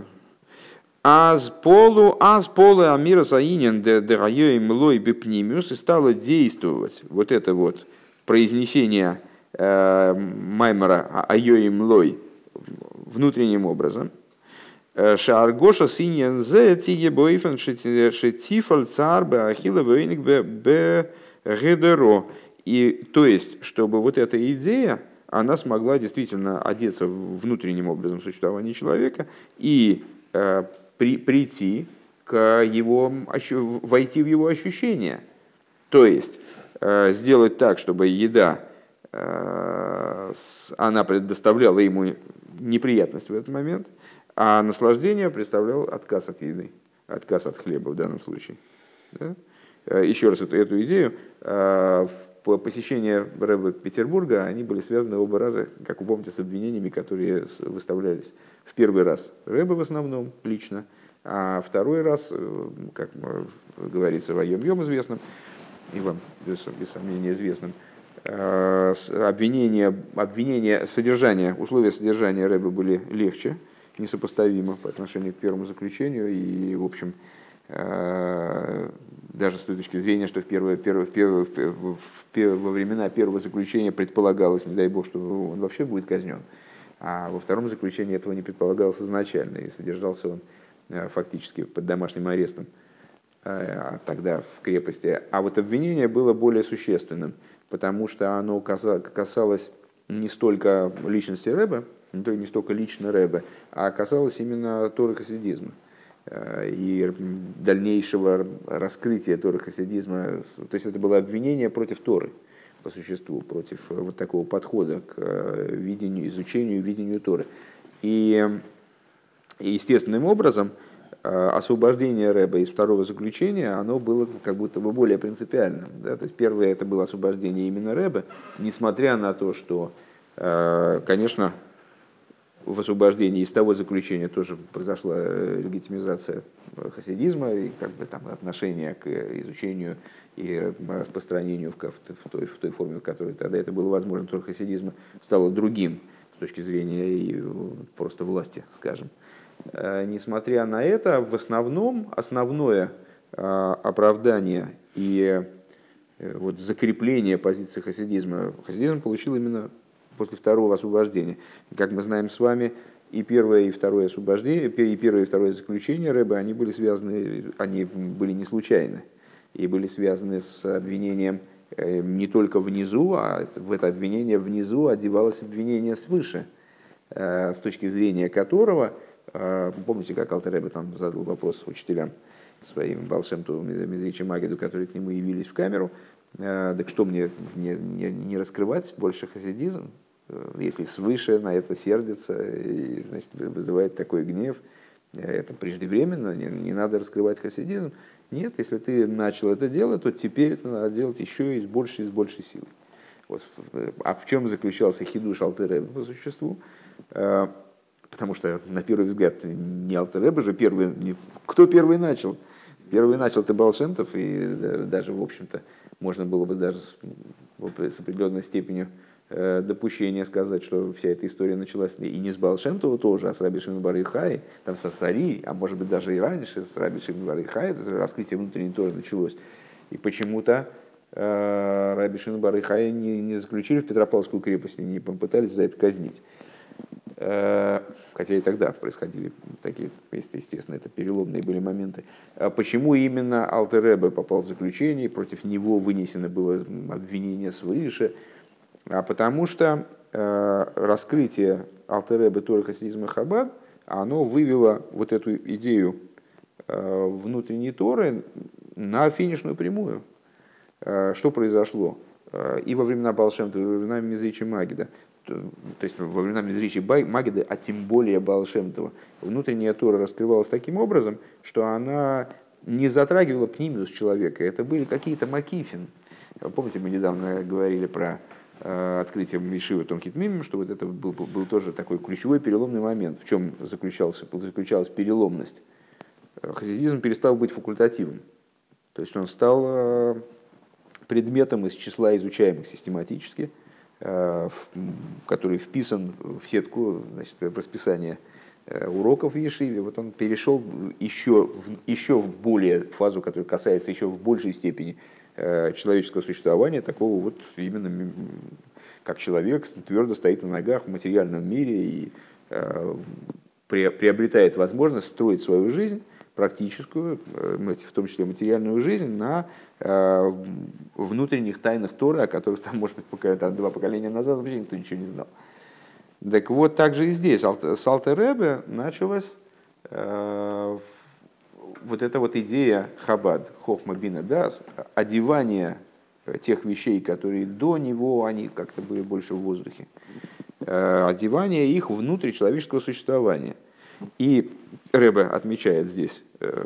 Аз полу, аз полу амира саинен де дерайой млой бепнимиус, и стало действовать вот это вот произнесение э, маймера айой млой внутренним образом. Шааргоша синьен зе тиге бойфен шетифаль цар бе ахила вейник бе гедеро. И то есть, чтобы вот эта идея, она смогла действительно одеться внутренним образом существования человека и э, При, прийти к его, войти в его ощущения. То есть э, сделать так, чтобы еда, э, она предоставляла ему неприятность в этот момент, а наслаждение представлял отказ от еды, отказ от хлеба в данном случае. Да? Еще раз эту, эту идею. Э, в посещении Ребе Петербурга они были связаны оба раза, как вы помните, с обвинениями, которые выставлялись в первый раз Ребе в основном лично, а второй раз, как говорится в Айом-Йом известном, и вам без, без сомнения известным, обвинения, обвинения содержания, условия содержания Ребе были легче, несопоставимо по отношению к первому заключению, и, в общем, даже с той точки зрения, что в первое, первое, в первое, в, в, во времена первого заключения предполагалось, не дай бог, что он вообще будет казнен, а во втором заключении этого не предполагалось изначально, и содержался он фактически под домашним арестом тогда в крепости. А вот обвинение было более существенным, потому что оно касалось не столько личности Ребе, не столько лично Ребе, а касалось именно Торы хасидизма и дальнейшего раскрытия Торы хасидизма. То есть это было обвинение против Торы, по существу, против вот такого подхода к видению, изучению и видению Торы. И, и естественным образом освобождение Рэба из второго заключения, оно было как будто бы более принципиальным. Да? То есть первое это было освобождение именно Рэба, несмотря на то, что, конечно, в освобождении из того заключения тоже произошла легитимизация хасидизма и как бы, там, отношение к изучению и распространению в, в, той, в той форме, в которой тогда это было возможно, только хасидизма стало другим с точки зрения и просто власти, скажем. Несмотря на это, в основном основное оправдание и вот закрепление позиции хасидизма хасидизм получил именно после второго освобождения. Как мы знаем с вами, и первое, и второе освобождение, и первое, и второе заключение Рэба, они были связаны, они были не случайны, и были связаны с обвинением не только внизу, а в это обвинение внизу одевалось обвинение свыше, с точки зрения которого, помните, как Алтер Ребе там задал вопрос учителям своим Баал Шем Тову, Мизричи Магиду, которые к нему явились в камеру, так что мне не, не, не раскрывать больше хасидизм, если свыше на это сердится и, значит, вызывает такой гнев, это преждевременно, не, не надо раскрывать хасидизм. Нет, если ты начал это делать, то теперь это надо делать еще и с большей, и с большей силой. Вот. А в чем заключался хидуш Алтер Ребе по существу? Потому что, на первый взгляд, не Алтер Ребе же первый, не, кто первый начал? Первый начал это Баал Шем Тов, и даже, в общем-то, можно было бы даже с определенной степенью допущения сказать, что вся эта история началась и не с Баал Шем Това тоже, а с Раби Шимон бар Йохай, там со Сари, а может быть даже и раньше, с Раби Шимон бар Йохай, раскрытие внутренней Торы началось. И почему-то э, Раби Шимон бар Йохай не, не заключили в Петропавловскую крепость, не попытались за это казнить. Э, хотя и тогда происходили такие, естественно, это переломные были моменты. А почему именно Алтер Ребе попал в заключение, против него вынесено было обвинение свыше? А потому что э, раскрытие Алтер Ребе Торы, хасидизма, Хаббад, оно вывело вот эту идею э, внутренней Торы на финишную прямую. Э, что произошло? Э, и во времена Баал Шем Това, и во времена Мизричи Магида, то, то есть во времена Мизричи Магида, а тем более Баал Шем Това, внутренняя Тора раскрывалась таким образом, что она не затрагивала пнимиус человека. Это были какие-то макифин. Помните, мы недавно говорили про открытием Ешивы Тонкит Мимим, что вот это был, был, был тоже такой ключевой переломный момент. В чем заключался, заключалась переломность? Хасидизм перестал быть факультативным. То есть он стал предметом из числа изучаемых систематически, который вписан в сетку, значит, расписания уроков в Ешиве. Вот он перешел еще в, еще в более фазу, которая касается еще в большей степени человеческого существования, такого вот именно как человек твердо стоит на ногах в материальном мире и э, приобретает возможность строить свою жизнь, практическую, в том числе материальную жизнь, на э, внутренних тайнах Торы, о которых там, может быть, пока, там, два поколения назад вообще никто ничего не знал. Так вот, также и здесь с Алтер Ребе началась э, вот эта вот идея Хаббад, Хохма Бина Дас, одевание тех вещей, которые до него, они как-то были больше в воздухе, одевание их внутрь человеческого существования. И Ребе отмечает здесь,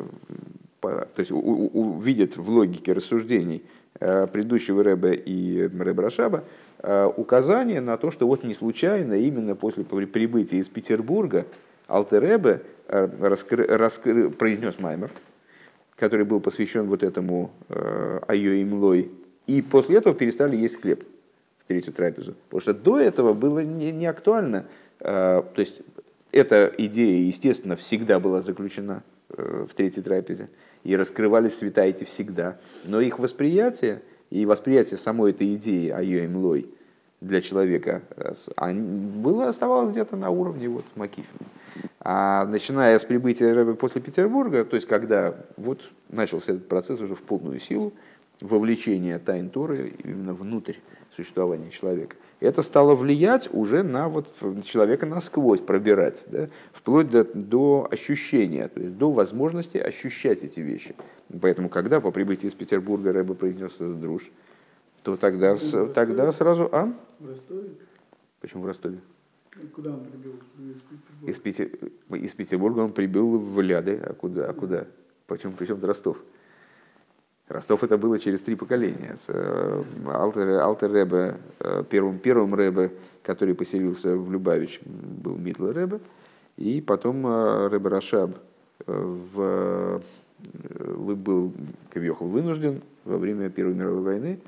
то есть увидит в логике рассуждений предыдущего Ребе и Ребе Рашаба указание на то, что вот не случайно именно после прибытия из Петербурга Алтер Ребе раскры, раскры, произнес маймер, который был посвящен вот этому э, Айо Имлой, и после этого перестали есть хлеб в третью трапезу. Потому что до этого было не, не актуально. Э, то есть эта идея, естественно, всегда была заключена э, в третьей трапезе, и раскрывались света эти всегда. Но их восприятие и восприятие самой этой идеи Айо Имлой для человека было, оставалось где-то на уровне вот Макифина. А начиная с прибытия Ребе после Петербурга, то есть когда вот начался этот процесс уже в полную силу, вовлечения тайн Торы именно внутрь существования человека, это стало влиять уже на вот человека насквозь, пробирать, да, вплоть до, до ощущения, то есть до возможности ощущать эти вещи. Поэтому, когда по прибытии из Петербурга Ребе произнес этот друж, то тогда, с, тогда сразу... А? В Ростове? Почему в Ростове? И куда он прибил? Из Петербурга? Из, Петер... из Петербурга он прибыл в Ляды. А куда? А куда? Почему? Причем Ростов? Ростов это было через три поколения. Алтер, Алтер Ребе, первым, первым Ребе, который поселился в Любавич, был Митлер Ребе. И потом Ребе Рашаб в, был Кавьехал вынужден во время Первой мировой войны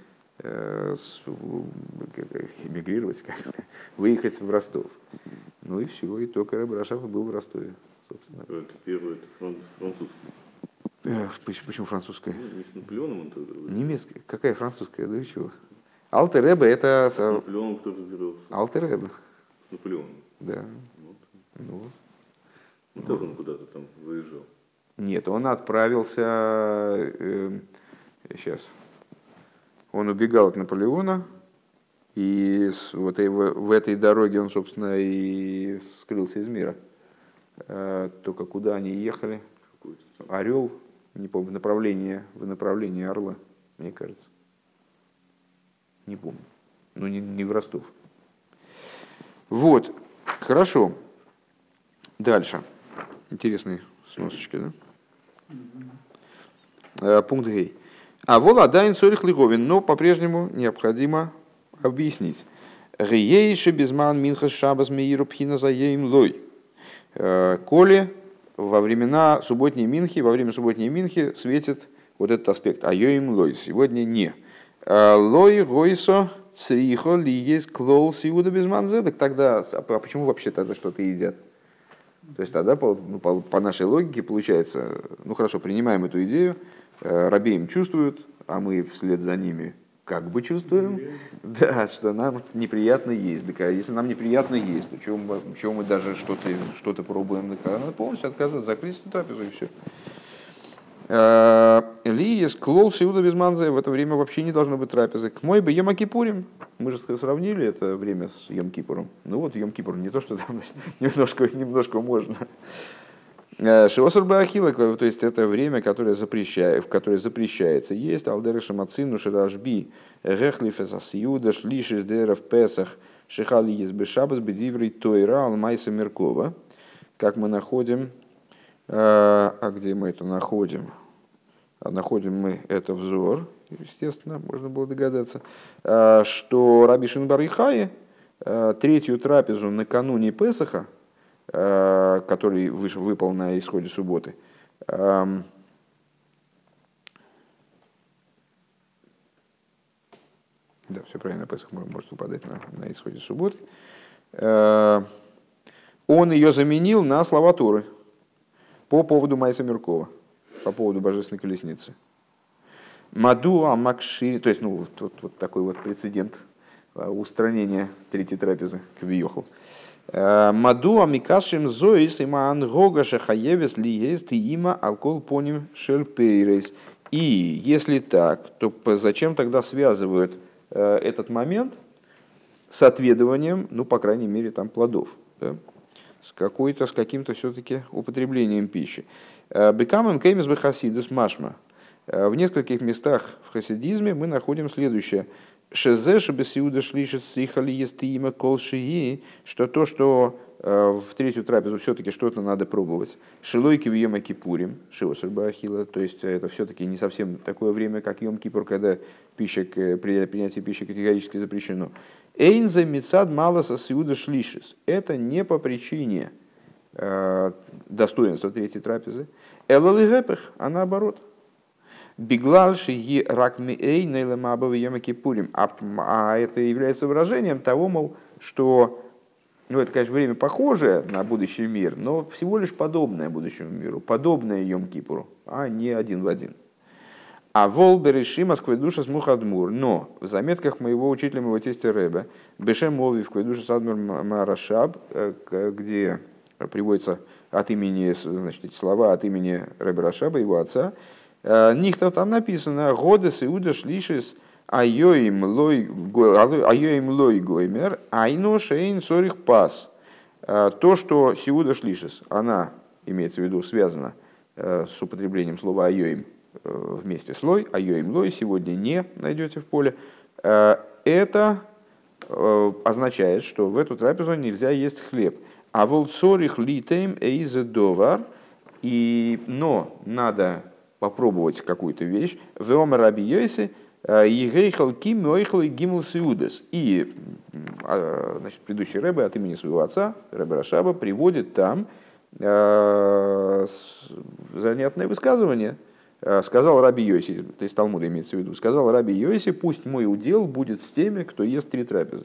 эмигрировать, выехать в Ростов. Ну и все, и только Ребе Рашаб был в Ростове, собственно. Это первое, это французское. Почему французская? Ну, не с Наполеоном он тогда. Немецкая. Какая французская? Да вы чего? Алтер Ребе это... С Наполеоном кто разбирался? Алтер Ребе. С Наполеоном? Да. Вот. Ну, ну тоже он куда-то там выезжал. Нет, он отправился... Э, сейчас. Он убегал от Наполеона. И с, вот, и в, в этой дороге он, собственно, и скрылся из мира. А, только куда они ехали? Орел. Не помню, в направлении, в направлении Орла, мне кажется. Не помню. Ну, не, не в Ростов. Вот. Хорошо. Дальше. Интересные сносочки, да? Mm-hmm. Пункт Гей. А вола дайн сорих лиговин, но по-прежнему необходимо объяснить. Гейши безман минхас шабас меиру пхина заеим лой. Коли во времена субботней минхи, во время субботней минхи светит вот этот аспект. А йоим лой. Сегодня не. Лой гойсо црихо ли есть клол сиуда безман зедок. Тогда, а почему вообще тогда что-то едят? То есть тогда по, ну, по, по нашей логике получается, ну хорошо, принимаем эту идею, э, рабеим чувствуют, а мы вслед за ними как бы чувствуем, да, что нам неприятно есть. Так, а если нам неприятно есть, то чего мы, чего мы даже что-то, что-то пробуем, так, надо полностью отказаться, закрыть трапезу и все. Ли есть клол сиуда без манзы, в это время вообще не должно быть трапезы. К мой бы Йом Кипурим, мы же сравнили это время с Йом Кипуром. Ну вот Йом Кипур, не то, что там немножко, немножко можно. Шиосар Баахила, то есть это время, которое запрещает, в которое запрещается есть алдеры шамацину ширажби гехлифес асиуда шлишис дерев песах шихали езбешабас бедиврей тойра алмайса меркова. Как мы находим, а где мы это находим? Находим мы это взор, естественно, можно было догадаться, что Раби Шимон бар Йохай третью трапезу накануне Песаха, который выпал на исходе субботы, да, все правильно, Песах может выпадать на, на исходе субботы, он ее заменил на слова Торы по поводу Майса Меркова, по поводу Божественной колесницы. Мадуа Макши, то есть, ну, вот, вот такой вот прецедент устранения третьей трапезы Кавьехал. Мадуа Микашим Зоис Имаан Гога Шахаевес Лиест Има Алкол Поним Шельпейрейс. И если так, то зачем тогда связывают этот момент с отведыванием, ну, по крайней мере, там плодов, да? с, какой-то, с каким-то все-таки употреблением пищи. Бекамем кеймес бехасидус машма. В нескольких местах в хасидизме мы находим следующее. Шезеш бесиуда шлишет сихали естима колшии, что то, что в третью трапезу все-таки что-то надо пробовать. Шилойки в Йом Кипурим, шиосер баахила, то есть это все-таки не совсем такое время, как Йом Кипур, когда пища, принятие пищи категорически запрещено. Эйнзе мицад маласа сиуда шлишис. Это не по причине э, достоинства третьей трапезы. Элали гепех, а наоборот. Биглальши и ракми эй нейлемабов Йом Кипурим. А это является выражением того, мол, что, ну это, конечно, время похожее на будущий мир, но всего лишь подобное будущему миру, подобное Йом Кипуру, а не один в один. А волбер реши Москвы душа смухадмур. Но в заметках моего учителя, моего тестя Ребе, Бешем Мови в Кведуша Садмур Марашаб, где приводятся от имени, значит, эти слова от имени Ребе Рашаба, его отца, нихто там написано «Годес иуда шлишис айоим лой гоймер айно шейн сорих пас». То, что сиуда шлишис, она, имеется в виду, связана с употреблением слова айоим, вместе с лой, айоим лой, сегодня не найдете в поле, это означает, что в эту трапезу нельзя есть хлеб. А волцорих литейм эйзедовар, и но надо попробовать какую-то вещь. Веома раби Йоси егейхал ким ойхал гимл сиудес. И значит, предыдущий рэбе от имени своего отца, рэбе Рашаба, приводит там э, занятное высказывание. Сказал раби Йоси, то есть Талмуда имеется в виду, сказал раби Йоси, пусть мой удел будет с теми, кто ест три трапезы.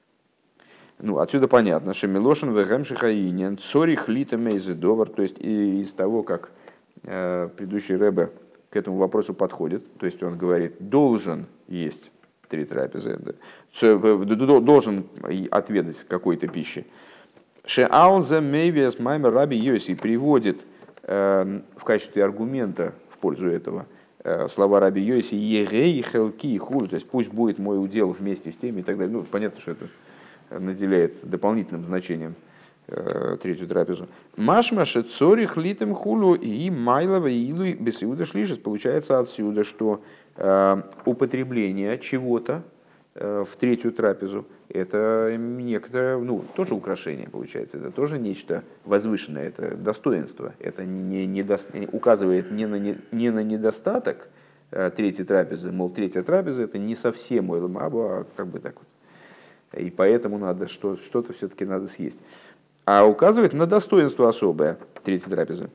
Ну, отсюда понятно, что Милошин вегем шихаинен, цорих лита мейзедовар, то есть и из того, как э, предыдущий рэбе к этому вопросу подходит, то есть он говорит, должен есть три трапезы, да, должен отведать какой-то пищи. Шеалзе мейвес маймер раби Йоси приводит э, в качестве аргумента в пользу этого э, слова раби Йоси егей хелки хуль, то есть пусть будет мой удел вместе с теми и так далее. Ну, понятно, что это наделяет дополнительным значением э, третью трапезу. Машмаше цорих литым хулу и майлова илу бесиуда шлишес. Получается отсюда, что э, употребление чего-то э, в третью трапезу это некоторое, ну, тоже украшение получается, это тоже нечто возвышенное, это достоинство, это не, не, не, указывает не на, не, не на недостаток э, третьей трапезы, мол, третья трапеза это не совсем ойлам абу, а как бы так вот. И поэтому надо что, что-то все-таки надо съесть. А указывает на достоинство особое третьей трапезы.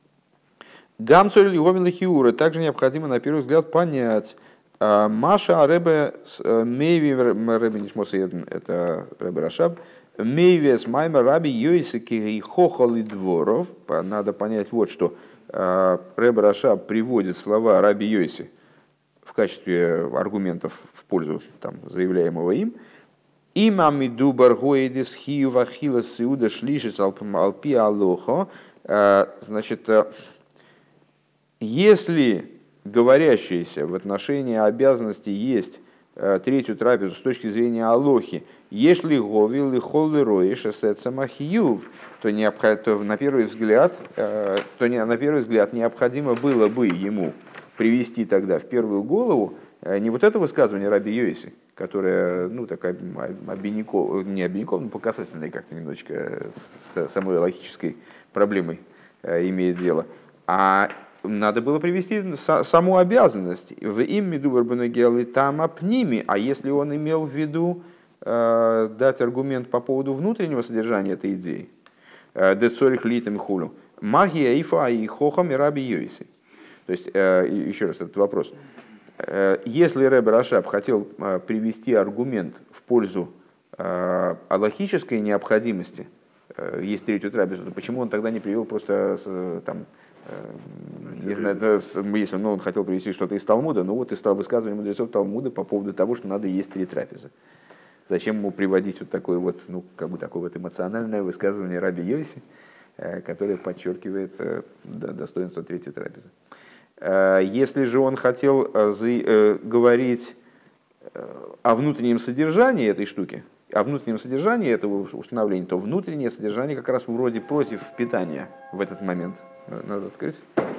Гамцоль лиговин лихиура. Также необходимо на первый взгляд понять. Маша аребе мейви ребе нишмоса это ребе Рашаб. Мейви с майма раби йойсики и хохали дворов. Надо понять вот что. Ребе Рашаб приводит слова раби Йойси в качестве аргументов в пользу там, заявляемого им. Имами дубар гоидис хиюва хилас сиуда шлишис алпи алохо. Значит, если говорящиеся в отношении обязанности есть третью трапезу с точки зрения алохи, если говил и холлы роиш эсэцамахиюв, то, то на первый взгляд, то на первый взгляд необходимо было бы ему привести тогда в первую голову не вот это высказывание раби Йоси, которое, ну, такая обиняков, не обиняков, но показательная как-то немножечко с самой логической проблемой имеет дело, а надо было привести саму обязанность в им медубарбанагелы там апними, а если он имел в виду э, дать аргумент по поводу внутреннего содержания этой идеи, децорих литым хулю, магия ифа и хохам и раби Йоси. То есть, э, еще раз этот вопрос. Если ребе Рашаб хотел привести аргумент в пользу э, алахической необходимости э, есть третью трапезу, то почему он тогда не привел просто там, не знаю, если ну, он хотел привести что-то из Талмуда, ну вот из высказывания мудрецов Талмуда по поводу того, что надо есть три трапезы. Зачем ему приводить вот такое вот, ну, как бы такое вот эмоциональное высказывание раби Йоси, которое подчеркивает достоинство третьей трапезы. Если же он хотел говорить о внутреннем содержании этой штуки, о внутреннем содержании этого установления, то внутреннее содержание как раз вроде против питания в этот момент. Надо открыть.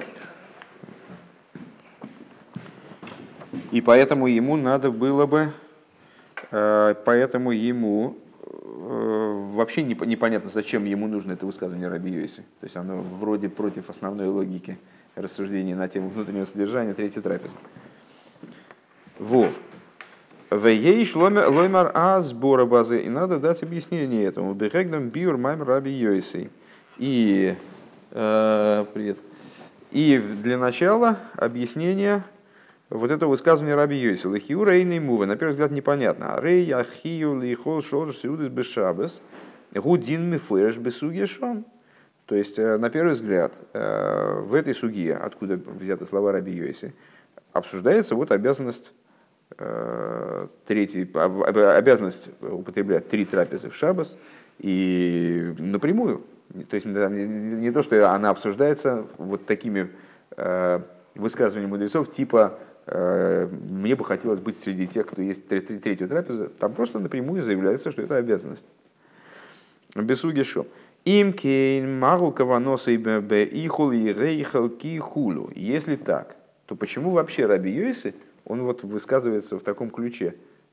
И поэтому ему надо было бы, поэтому ему вообще непонятно, зачем ему нужно это высказывание раби Йоси. То есть оно вроде против основной логики рассуждений на тему внутреннего содержания третьей трапезы. Вов. Вейш лоймар а сбора базы. И надо дать объяснение этому. Бехегдам биур майм раби Йоси. И э, привет. И для начала объяснение вот этого высказывания раби Йоси. Лехиу рейный мувы. На первый взгляд непонятно. Рей ахию лихол шорш сиудис бешабес. Гудин мифуэш бесугешон. То есть, на первый взгляд, в этой суге, откуда взяты слова раби Йоси, обсуждается вот обязанность третий, обязанность употреблять три трапезы в шаббас и напрямую. То есть не то, что она обсуждается вот такими высказываниями мудрецов, типа «мне бы хотелось быть среди тех, кто есть третью трапезу», там просто напрямую заявляется, что это обязанность. Бесуги шо. Имкейн магу каваносы б ихул и рейхал ки хулу. Если так, то почему вообще раби Йоси, он вот высказывается в таком ключе,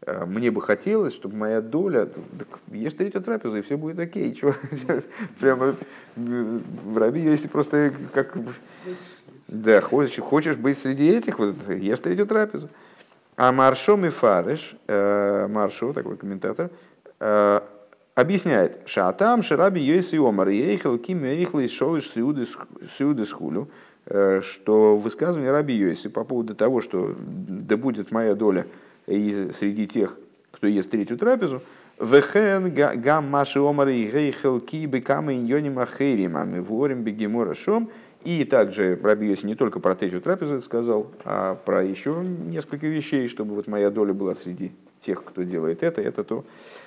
мне бы хотелось, чтобы моя доля, так ешь третью трапезу, и все будет окей. Чего? Прямо Раби Йоси просто как... Да, хочешь, хочешь быть среди этих, вот, ешь третью трапезу. А Маршо Мифареш, Маршо, такой комментатор, объясняет, шатам шараби Йоси омар, ейхел ким ейхел и шолыш сиуды схулю, что высказывание Раби Йоси по поводу того, что да будет моя доля среди тех, кто ест третью трапезу, вехен гам маши омар и ейхел ки бекама иньоним ахерим, а мы ворим бегемора шом. И также Раби Йоси не только про третью трапезу это сказал, а про еще несколько вещей, чтобы вот моя доля была среди тех, кто делает это, это то.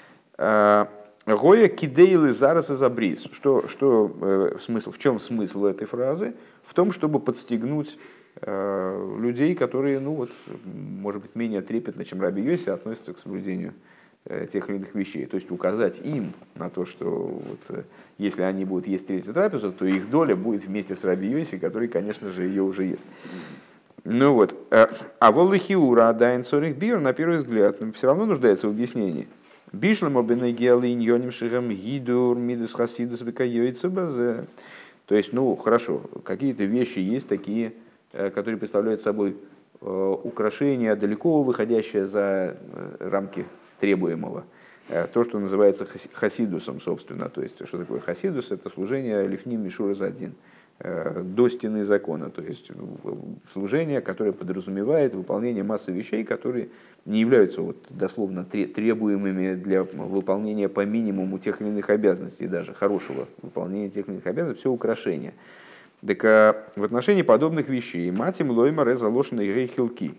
Гоя кидейлы зараз и забрис. Что, что э, смысл? В чем смысл этой фразы? В том, чтобы подстегнуть э, людей, которые, ну вот, может быть, менее трепетно, чем Раби Йоси, относятся к соблюдению э, тех или иных вещей. То есть указать им на то, что вот, э, если они будут есть третью трапезу, то их доля будет вместе с Раби Йоси, который, конечно же, ее уже ест. Ну вот. А воллахиура дайн цорих бир, на первый взгляд, все равно нуждается в объяснении. Бишлем обенегиалы иньоним шигам гидур мидес хасидус бекайойца базе. То есть, ну, хорошо, какие-то вещи есть такие, которые представляют собой украшения, далеко выходящие за рамки требуемого. То, что называется хасидусом, собственно. То есть, что такое хасидус? Это служение лифним мишура задин, до стены закона. То есть, служение, которое подразумевает выполнение массы вещей, которые не являются вот дословно требуемыми для выполнения по минимуму тех или иных обязанностей, даже хорошего выполнения тех или иных обязанностей, все украшения. Так в отношении подобных вещей матим лоймар заложенные рейхилки.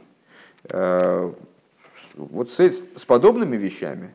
Вот с, с подобными вещами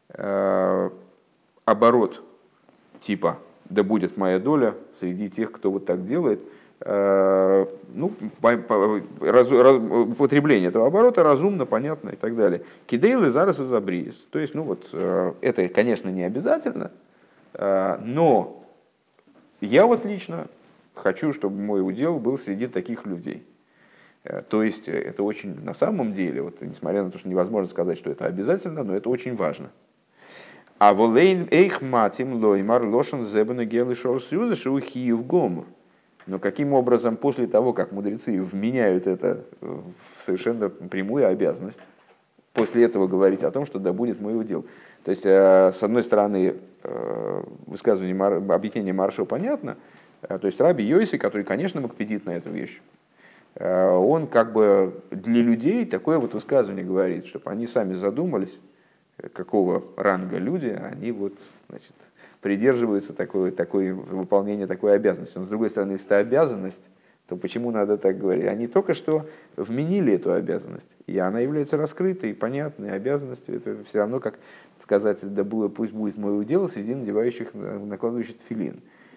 оборот типа «да будет моя доля» среди тех, кто вот так делает, ну, по, по, раз, раз, употребление этого оборота разумно, понятно и так далее. Кидейлы зараз и забриес. То есть, ну вот, это, конечно, не обязательно, но я вот лично хочу, чтобы мой удел был среди таких людей. То есть, это очень, на самом деле, вот, несмотря на то, что невозможно сказать, что это обязательно, но это очень важно. А волейн эйх матим лоймар лошен зебена гелы шоусюда шоухиев гомур. Но каким образом после того, как мудрецы вменяют это в совершенно прямую обязанность, после этого говорить о том, что да будет мой удел. То есть, с одной стороны, высказывание, объяснение Маршо понятно, то есть Раби Йоси, который, конечно, макпедит на эту вещь, он как бы для людей такое вот высказывание говорит, чтобы они сами задумались, какого ранга люди, они вот, значит, придерживаются такой, такой, выполнения такой обязанности. Но с другой стороны, если это обязанность, то почему надо так говорить? Они только что вменили эту обязанность, и она является раскрытой, понятной обязанностью. Это все равно, как сказать, да будет, пусть будет мой удел среди надевающих, накладывающих тфилин.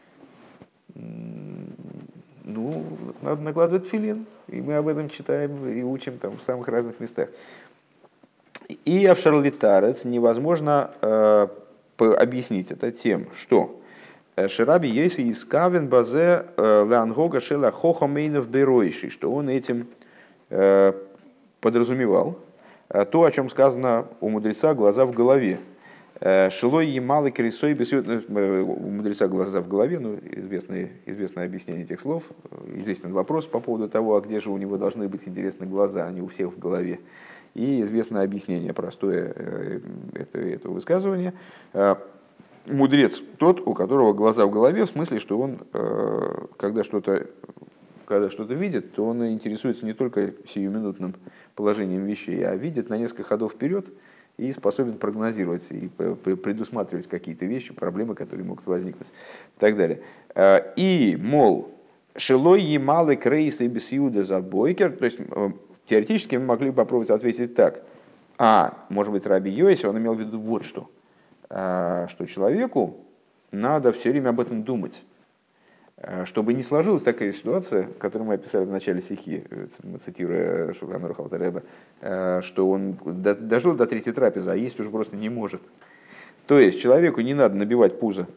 Ну, надо накладывать тфилин, и мы об этом читаем и учим там в самых разных местах. И авшарлитарец невозможно э, объяснить это тем, что Шираби Йоси искавен базе леангога шела хохамейнов беройши, что он этим э, подразумевал то, о чем сказано у мудреца глаза в голове. Шилой емалы кресой бесюд, у мудреца глаза в голове, ну, известное, известное объяснение этих слов, известен вопрос по поводу того, а где же у него должны быть интересны глаза, они у всех в голове. И известное объяснение простое этого, этого высказывания. Мудрец тот, у которого глаза в голове, в смысле, что он, когда что-то, когда что-то видит, то он интересуется не только сиюминутным положением вещей, а видит на несколько ходов вперед и способен прогнозировать и предусматривать какие-то вещи, проблемы, которые могут возникнуть и так далее. И, мол, шилой емалы крейсы бесиуда забойкер, то есть теоретически мы могли бы попробовать ответить так. А, может быть, Раби Йоси, он имел в виду вот что, что человеку надо все время об этом думать, чтобы не сложилась такая ситуация, которую мы описали в начале стихи, цитируя Шулхан Арух Алтер Ребе, что он дожил до третьей трапезы, а есть уже просто не может. То есть человеку не надо набивать пузо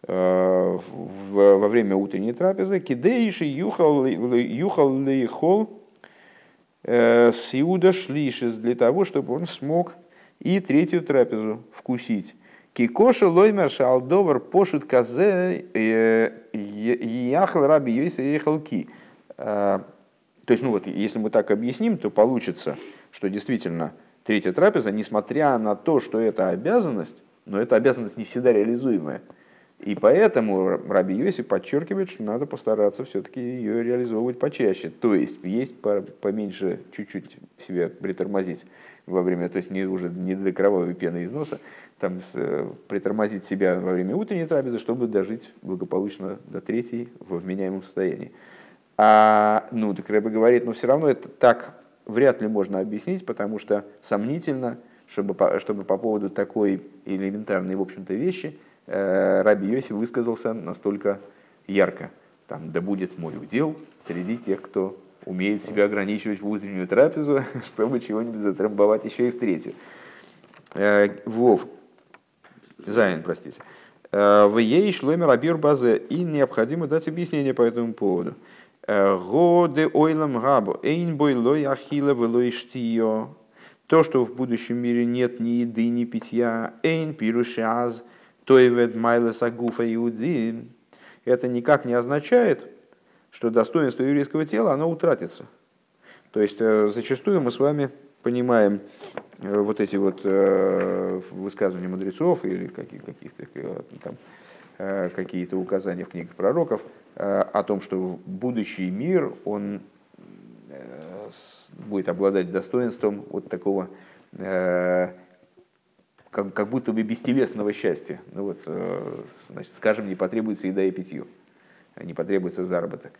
во время утренней трапезы, кидейши юхал лейхол сиуда шлишес, для того, чтобы он смог и третью трапезу вкусить. Кикоша лоймер шалдовар пошут казе яхал раби йойса ехал ки. То есть, ну вот, если мы так объясним, то получится, что действительно третья трапеза, несмотря на то, что это обязанность, но это обязанность не всегда реализуемая. И поэтому раби Йоси подчеркивает, что надо постараться все-таки ее реализовывать почаще. То есть есть поменьше, чуть-чуть себя притормозить во время, то есть не, уже не до кровавой пены из носа, там, притормозить себя во время утренней трапезы, чтобы дожить благополучно до третьей в вменяемом состоянии. А, ну, так Рэбе говорит, но все равно это так вряд ли можно объяснить, потому что сомнительно, чтобы, чтобы по поводу такой элементарной, в общем-то, вещи раби Йоси высказался настолько ярко. Там, да будет мой удел среди тех, кто умеет себя ограничивать в утреннюю трапезу, чтобы чего-нибудь затрамбовать еще и в третью. Вов. Зайн, простите. В ей шломер абир базе. И необходимо дать объяснение по этому поводу. Годе ойлам габо. Эйн бой лой ахила велой штио. То, что в будущем мире нет ни еды, ни питья. Эйн пирушаз. Тойвед майлес агуфа иуди. Это никак не означает, что достоинство еврейского тела, оно утратится. То есть зачастую мы с вами понимаем вот эти вот высказывания мудрецов или каких-то там какие-то указания в книгах пророков о том, что будущий мир, он будет обладать достоинством вот такого, как, как будто бы бестелесного счастья. Ну вот, значит, скажем, не потребуется еда и питье, не потребуется заработок.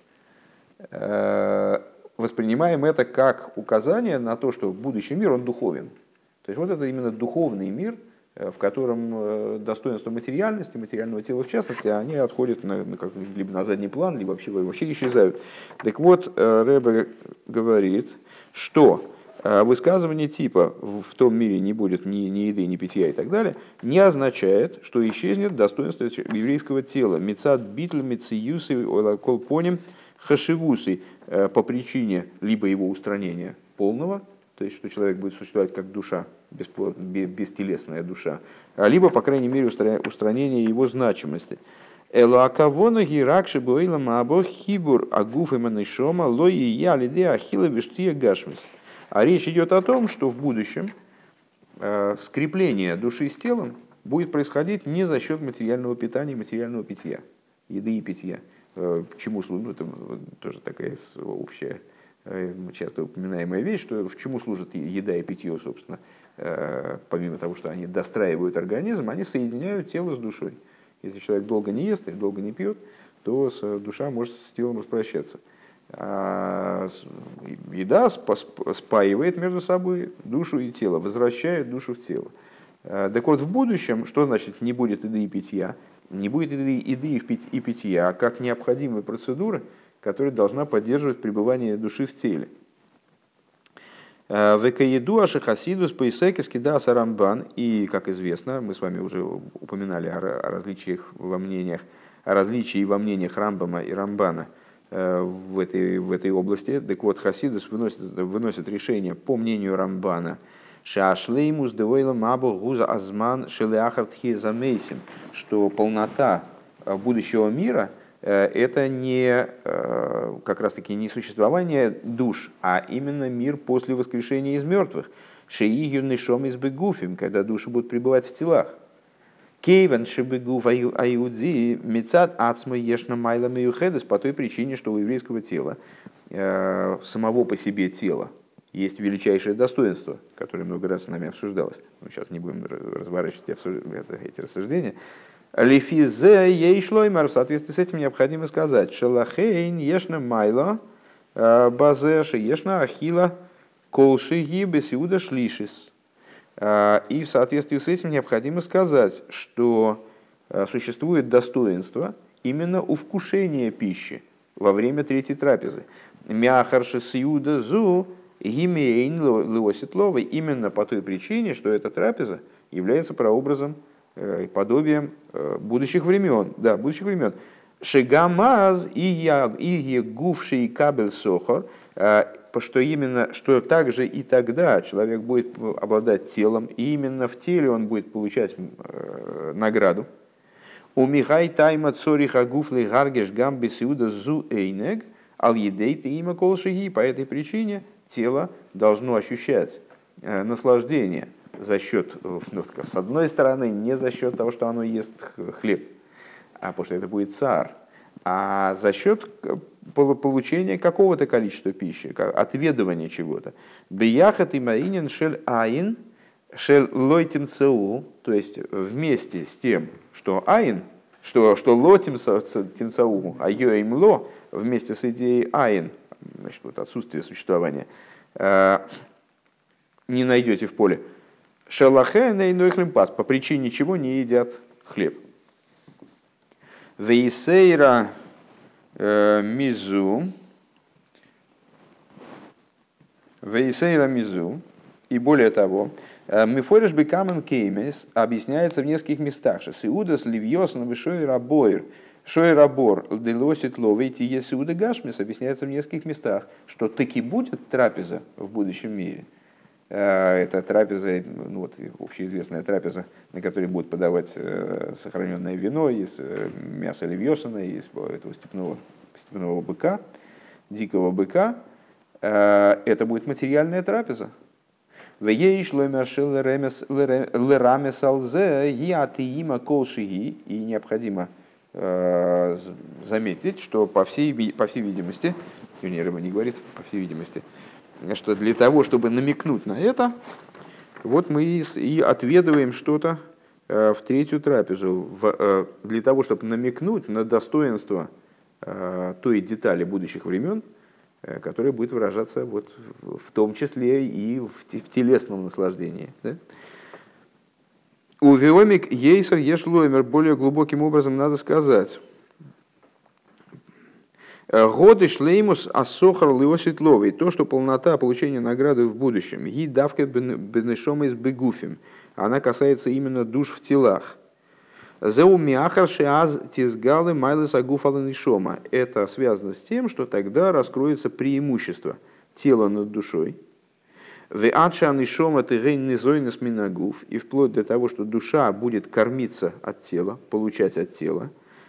Воспринимаем это как указание на то, что будущий мир, он духовен. То есть вот это именно духовный мир, в котором достоинство материальности, материального тела в частности, они отходят на, на, как, либо на задний план, либо вообще, вообще исчезают. Так вот, Ребе говорит, что высказывание типа «в том мире не будет ни, ни еды, ни питья» и так далее, не означает, что исчезнет достоинство еврейского тела. Мецад битл мециюсы колпоним хашивусы, по причине либо его устранения полного, то есть что человек будет существовать как душа, бестелесная душа, либо, по крайней мере, устранение его значимости. Элакавона гиракши боила маабо хибур агуф иманишома лои я лиде ахила вештия гашмис. А речь идет о том, что в будущем э, скрепление души с телом будет происходить не за счет материального питания, материального питья, еды и питья. Э, к чему служит, ну, это тоже такая общая, э, часто упоминаемая вещь, что в чему служит еда и питье, собственно, э, помимо того, что они достраивают организм, они соединяют тело с душой. Если человек долго не ест и долго не пьет, то душа может с телом распрощаться. А еда спаивает между собой душу и тело, возвращает душу в тело. Так вот, в будущем, что значит не будет еды и питья? Не будет еды, еды и питья, а как необходимая процедура, которая должна поддерживать пребывание души в теле. Векаеду ашихасидус поисекис кидаса рамбан. И, как известно, мы с вами уже упоминали о различиях во мнениях, о различии во мнениях Рамбама и Рамбана в этой, в этой области. Так вот, хасидус выносит, выносит решение по мнению Рамбана, шаашлеймус девойлам абу гуза азман шелеахартхи замейсим, что полнота будущего мира — это не как раз таки не существование душ, а именно мир после воскрешения из мертвых. Шеигю нишом из бегуфим, когда души будут пребывать в телах. Кейвен шебегуф аюдзи мецад ацма ешна майла меюхедес, по той причине, что у еврейского тела, самого по себе тела, есть величайшее достоинство, которое много раз с нами обсуждалось. Мы сейчас не будем разворачивать эти рассуждения. Лифизе ей шлоймар, в соответствии с этим необходимо сказать: шелахейн ешна майла базеши ешна ахила колшиги бесиуда шлишис. И в соответствии с этим необходимо сказать, что существует достоинство именно у вкушения пищи во время третьей трапезы. Мяхарши сиуда зу гимейн леоситловой, именно по той причине, что эта трапеза является прообразом и подобием будущих времен. Да, будущих времен. Шигамаз и егувший кабель сохор. что именно, что также и тогда человек будет обладать телом, и именно в теле он будет получать награду. У Михай тайма цориха гуфлы гаргеш гамби сиуда зу эйнег ал едей ты има колшиги. По этой причине тело должно ощущать наслаждение за счет, ну, с одной стороны, не за счет того, что оно ест хлеб, а потому что это будет цар, а за счет получения какого-то количества пищи, отведывания чего-то. Бияхат и маинин шель аин шель лойтим цеу, то есть вместе с тем, что аин, что, что лотим цеу, а йоим ло, вместе с идеей аин, значит, вот отсутствие существования, не найдете в поле. Шелахэ нейнойхлим пас, по причине чего не едят хлеб. Вейсейра мизу, вейсейра мизу, и более того, мифориш бекамен кеймес объясняется в нескольких местах, что сиудас ливьосн вишой рабойр, шой рабор делосит ловейти есиуда гашмис объясняется в нескольких местах, что таки будет трапеза в будущем мире. Это трапеза, ну вот, общеизвестная трапеза, на которой будут подавать сохраненное вино из мяса левьосана, из этого степного, степного быка, дикого быка. Это будет материальная трапеза. И необходимо заметить, что по всей, по всей видимости, вернее, Рыба не говорит, по всей видимости, что для того, чтобы намекнуть на это, вот мы и отведываем что-то в третью трапезу, в, для того, чтобы намекнуть на достоинство той детали будущих времен, которая будет выражаться вот в том числе и в телесном наслаждении. Да? У Виомик Ейсер Ешлоймер более глубоким образом надо сказать. Годы шлеймус асохар лиоситловый. То, что полнота получения награды в будущем. Ги давка бенешома из бегуфим. Она касается именно душ в телах. Зеумиахар шиаз тизгалы майлес агуфаланишома. Это связано с тем, что тогда раскроется преимущество тела над душой. Веача нишома тыгейн низойнес минагуф. И вплоть до того, что душа будет кормиться от тела, получать от тела.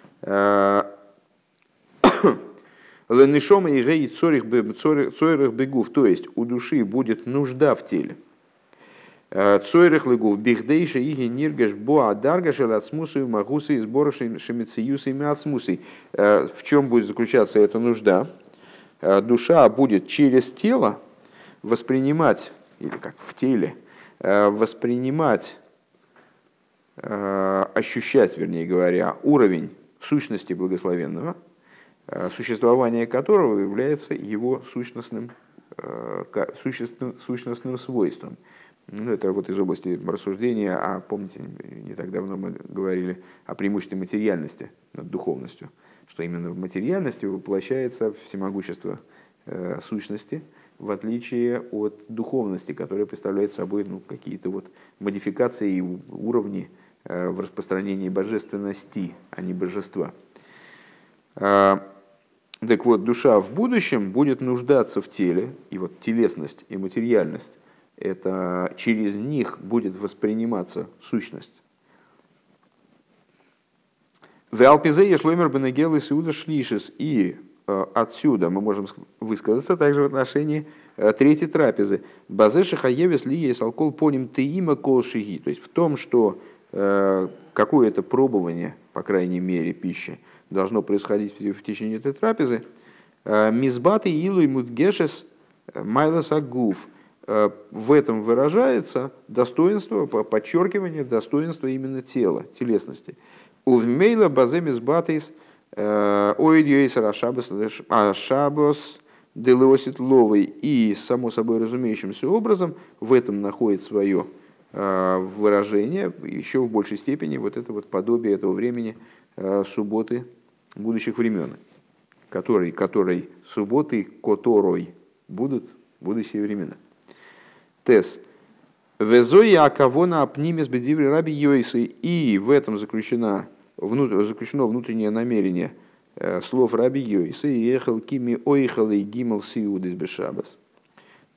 Ленишома и гей цорих бегув, то есть у души будет нужда в теле. Цорих легув бихдейша иги ниргаш боа даргашел отсмусой магусы и сбора шемициюсами отсмусой. В чем будет заключаться эта нужда? Душа будет через тело воспринимать, или как в теле, воспринимать, ощущать, вернее говоря, уровень сущности благословенного, существование которого является его сущностным, сущностным, сущностным свойством. Ну, это вот из области рассуждения, а помните, не так давно мы говорили о преимуществе материальности над духовностью, что именно в материальности воплощается всемогущество э, сущности, в отличие от духовности, которая представляет собой ну, какие-то вот модификации и уровни э, в распространении божественности, а не божества. Так вот, душа в будущем будет нуждаться в теле, и вот телесность и материальность, это через них будет восприниматься сущность. В Алпизее шломер бенегел и сиуда шлишес, и отсюда мы можем высказаться также в отношении третьей трапезы. Базеши хаевес ли есть алкол поним теима колшиги, то есть в том, что какое-то пробование, по крайней мере, пищи, должно происходить в течение этой трапезы. Мизбаты илуй мудгешес майлас агуф. В этом выражается достоинство, подчеркивание достоинства именно тела, телесности. Увмейла базе мизбатис оидьейсер ашабос делосит ловый. И, само собой разумеющимся образом, в этом находит свое выражение, еще в большей степени, вот это вот подобие этого времени субботы будущих времен, которой, которой субботы, которой будут будущие времена. Тес. Везоя акавона апнимес бедиври раби Йойсы. И в этом заключено, внут, заключено внутреннее намерение слов раби Йойсы. Ехал кими ойхал и гимал сиудис бешабас.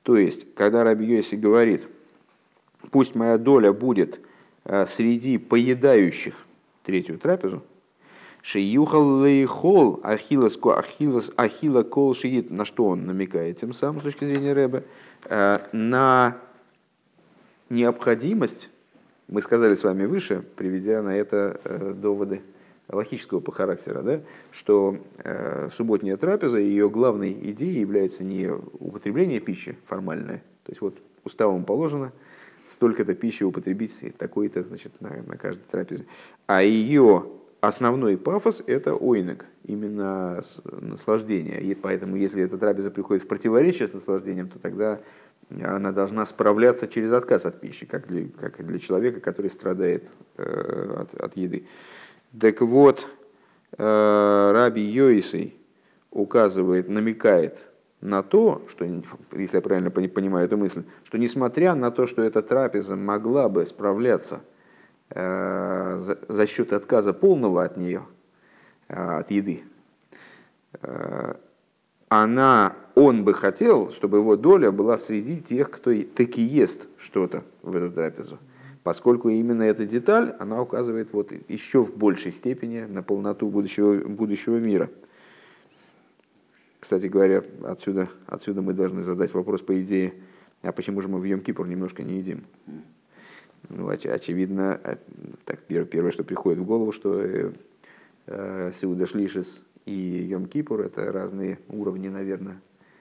То есть, когда Раби Йоси говорит, пусть моя доля будет среди поедающих третью трапезу, шеюхал лейхол ахилас ахилас ахила кол шиит, на что он намекает тем самым с точки зрения Ребе, на необходимость, мы сказали с вами выше, приведя на это доводы логического по характеру, да, что э, субботняя трапеза, ее главной идеей является не употребление пищи формальное, то есть вот уставом положено столько-то пищи употребить, такой-то, значит, на, на каждой трапезе, а ее основной пафос – это ойнек, именно наслаждение, и поэтому если эта трапеза приходит в противоречие с наслаждением, то тогда она должна справляться через отказ от пищи, как для, как для человека, который страдает э, от, от еды. Так вот, Раби Йоси указывает, намекает на то, что, если я правильно понимаю эту мысль, что несмотря на то, что эта трапеза могла бы справляться за, за счет отказа полного от нее, от еды, она, он бы хотел, чтобы его доля была среди тех, кто таки ест что-то в эту трапезу. Поскольку именно эта деталь, она указывает вот еще в большей степени на полноту будущего, будущего мира. Кстати говоря, отсюда, отсюда мы должны задать вопрос, по идее, а почему же мы в Йом-Кипур немножко не едим? Ну, оч, очевидно, так, первое, первое, что приходит в голову, что э, э, Сеуда Шлишес и Йом-Кипур – это разные уровни, наверное,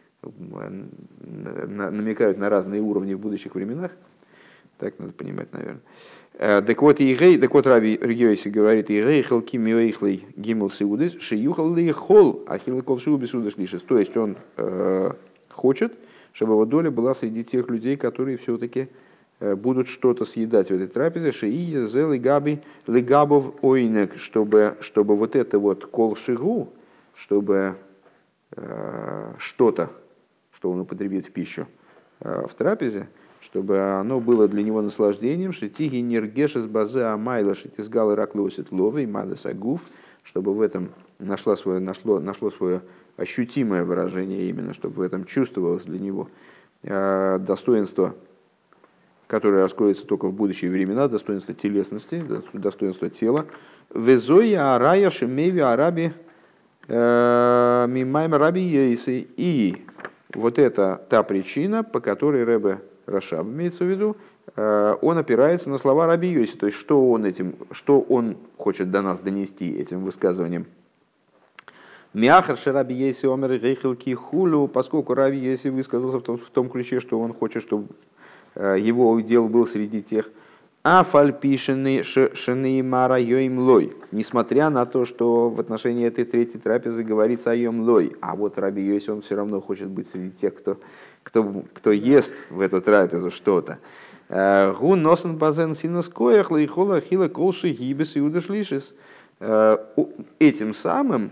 на, намекают на разные уровни в будущих временах. Так надо понимать, наверное. Так вот, Игей, так вот Раби Йоси говорит, Игей хелки миоихлей гимл сеудис, шиюхал ли хол, ахилл кол шиуби судаш лишес. То есть он э, хочет, чтобы его доля была среди тех людей, которые все-таки э, будут что-то съедать в этой трапезе, шиие зе лигаби лигабов ойнек, чтобы, чтобы вот это вот кол шигу, чтобы э, что-то, что он употребит в пищу э, в трапезе, чтобы оно было для него наслаждением, шитиги нергешес базе амайла шитизгалы раклосит ловы и мадас агуф, чтобы в этом нашло свое, нашло, нашло свое ощутимое выражение именно, чтобы в этом чувствовалось для него э, достоинство, которое раскроется только в будущие времена, достоинство телесности, достоинство тела. Везоя арая шемеви араби мимайм раби ейсы. И вот это та причина, по которой Ребе Рашаб, имеется в виду, он опирается на слова Раби Йоси, то есть что он, этим, что он хочет до нас донести этим высказыванием. Мяхар Раби Йоси омер гейхилки хулю, поскольку Раби Йоси высказался в том, в том ключе, что он хочет, чтобы его удел был среди тех афальпишены шены мара йоим лой, несмотря на то, что в отношении этой третьей трапезы говорится о йом лой, а вот Раби Йоси, он все равно хочет быть среди тех, кто Кто, кто ест в эту трапезу что-то. Гу носен базен синоскоях лейхола хила колши гибес и удышлишис. Этим самым,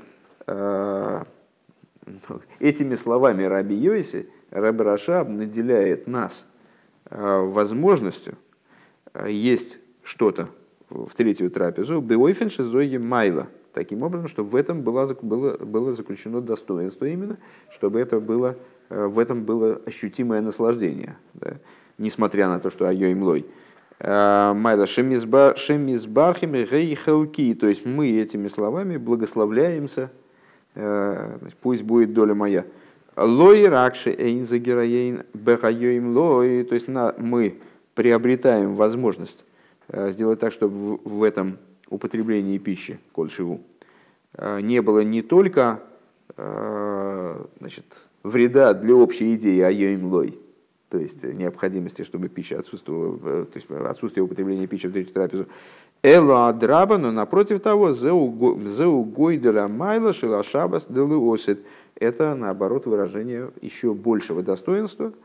этими словами Раби Йоси, Раби Рашаб наделяет нас возможностью есть что-то в третью трапезу, беойфен шизоги майла. Таким образом, чтобы в этом было, было, было заключено достоинство именно, чтобы это было, в этом было ощутимое наслаждение, да? Несмотря на то, что айой млой. Майла шемизбархим гейхелки, то есть мы этими словами благословляемся, пусть будет доля моя. Лой ракши эйн загираейн бехайоим лой, то есть мы приобретаем возможность сделать так, чтобы в этом употреблении пищи, кольшеву, не было не только значит, вреда для общей идеи айоим лой, то есть необходимости, чтобы пища отсутствовала, то есть отсутствие употребления пищи в третью трапезу. Эло адраба, но напротив того, зеу гойделя майла шила шабас делуосит. Это, наоборот, выражение еще большего достоинства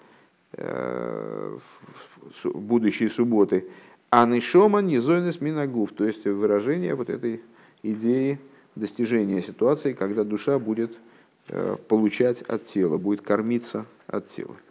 будущей субботы. А нишома низойнес минагуф, то есть выражение вот этой идеи достижения ситуации, когда душа будет получать от тела, будет кормиться от тела.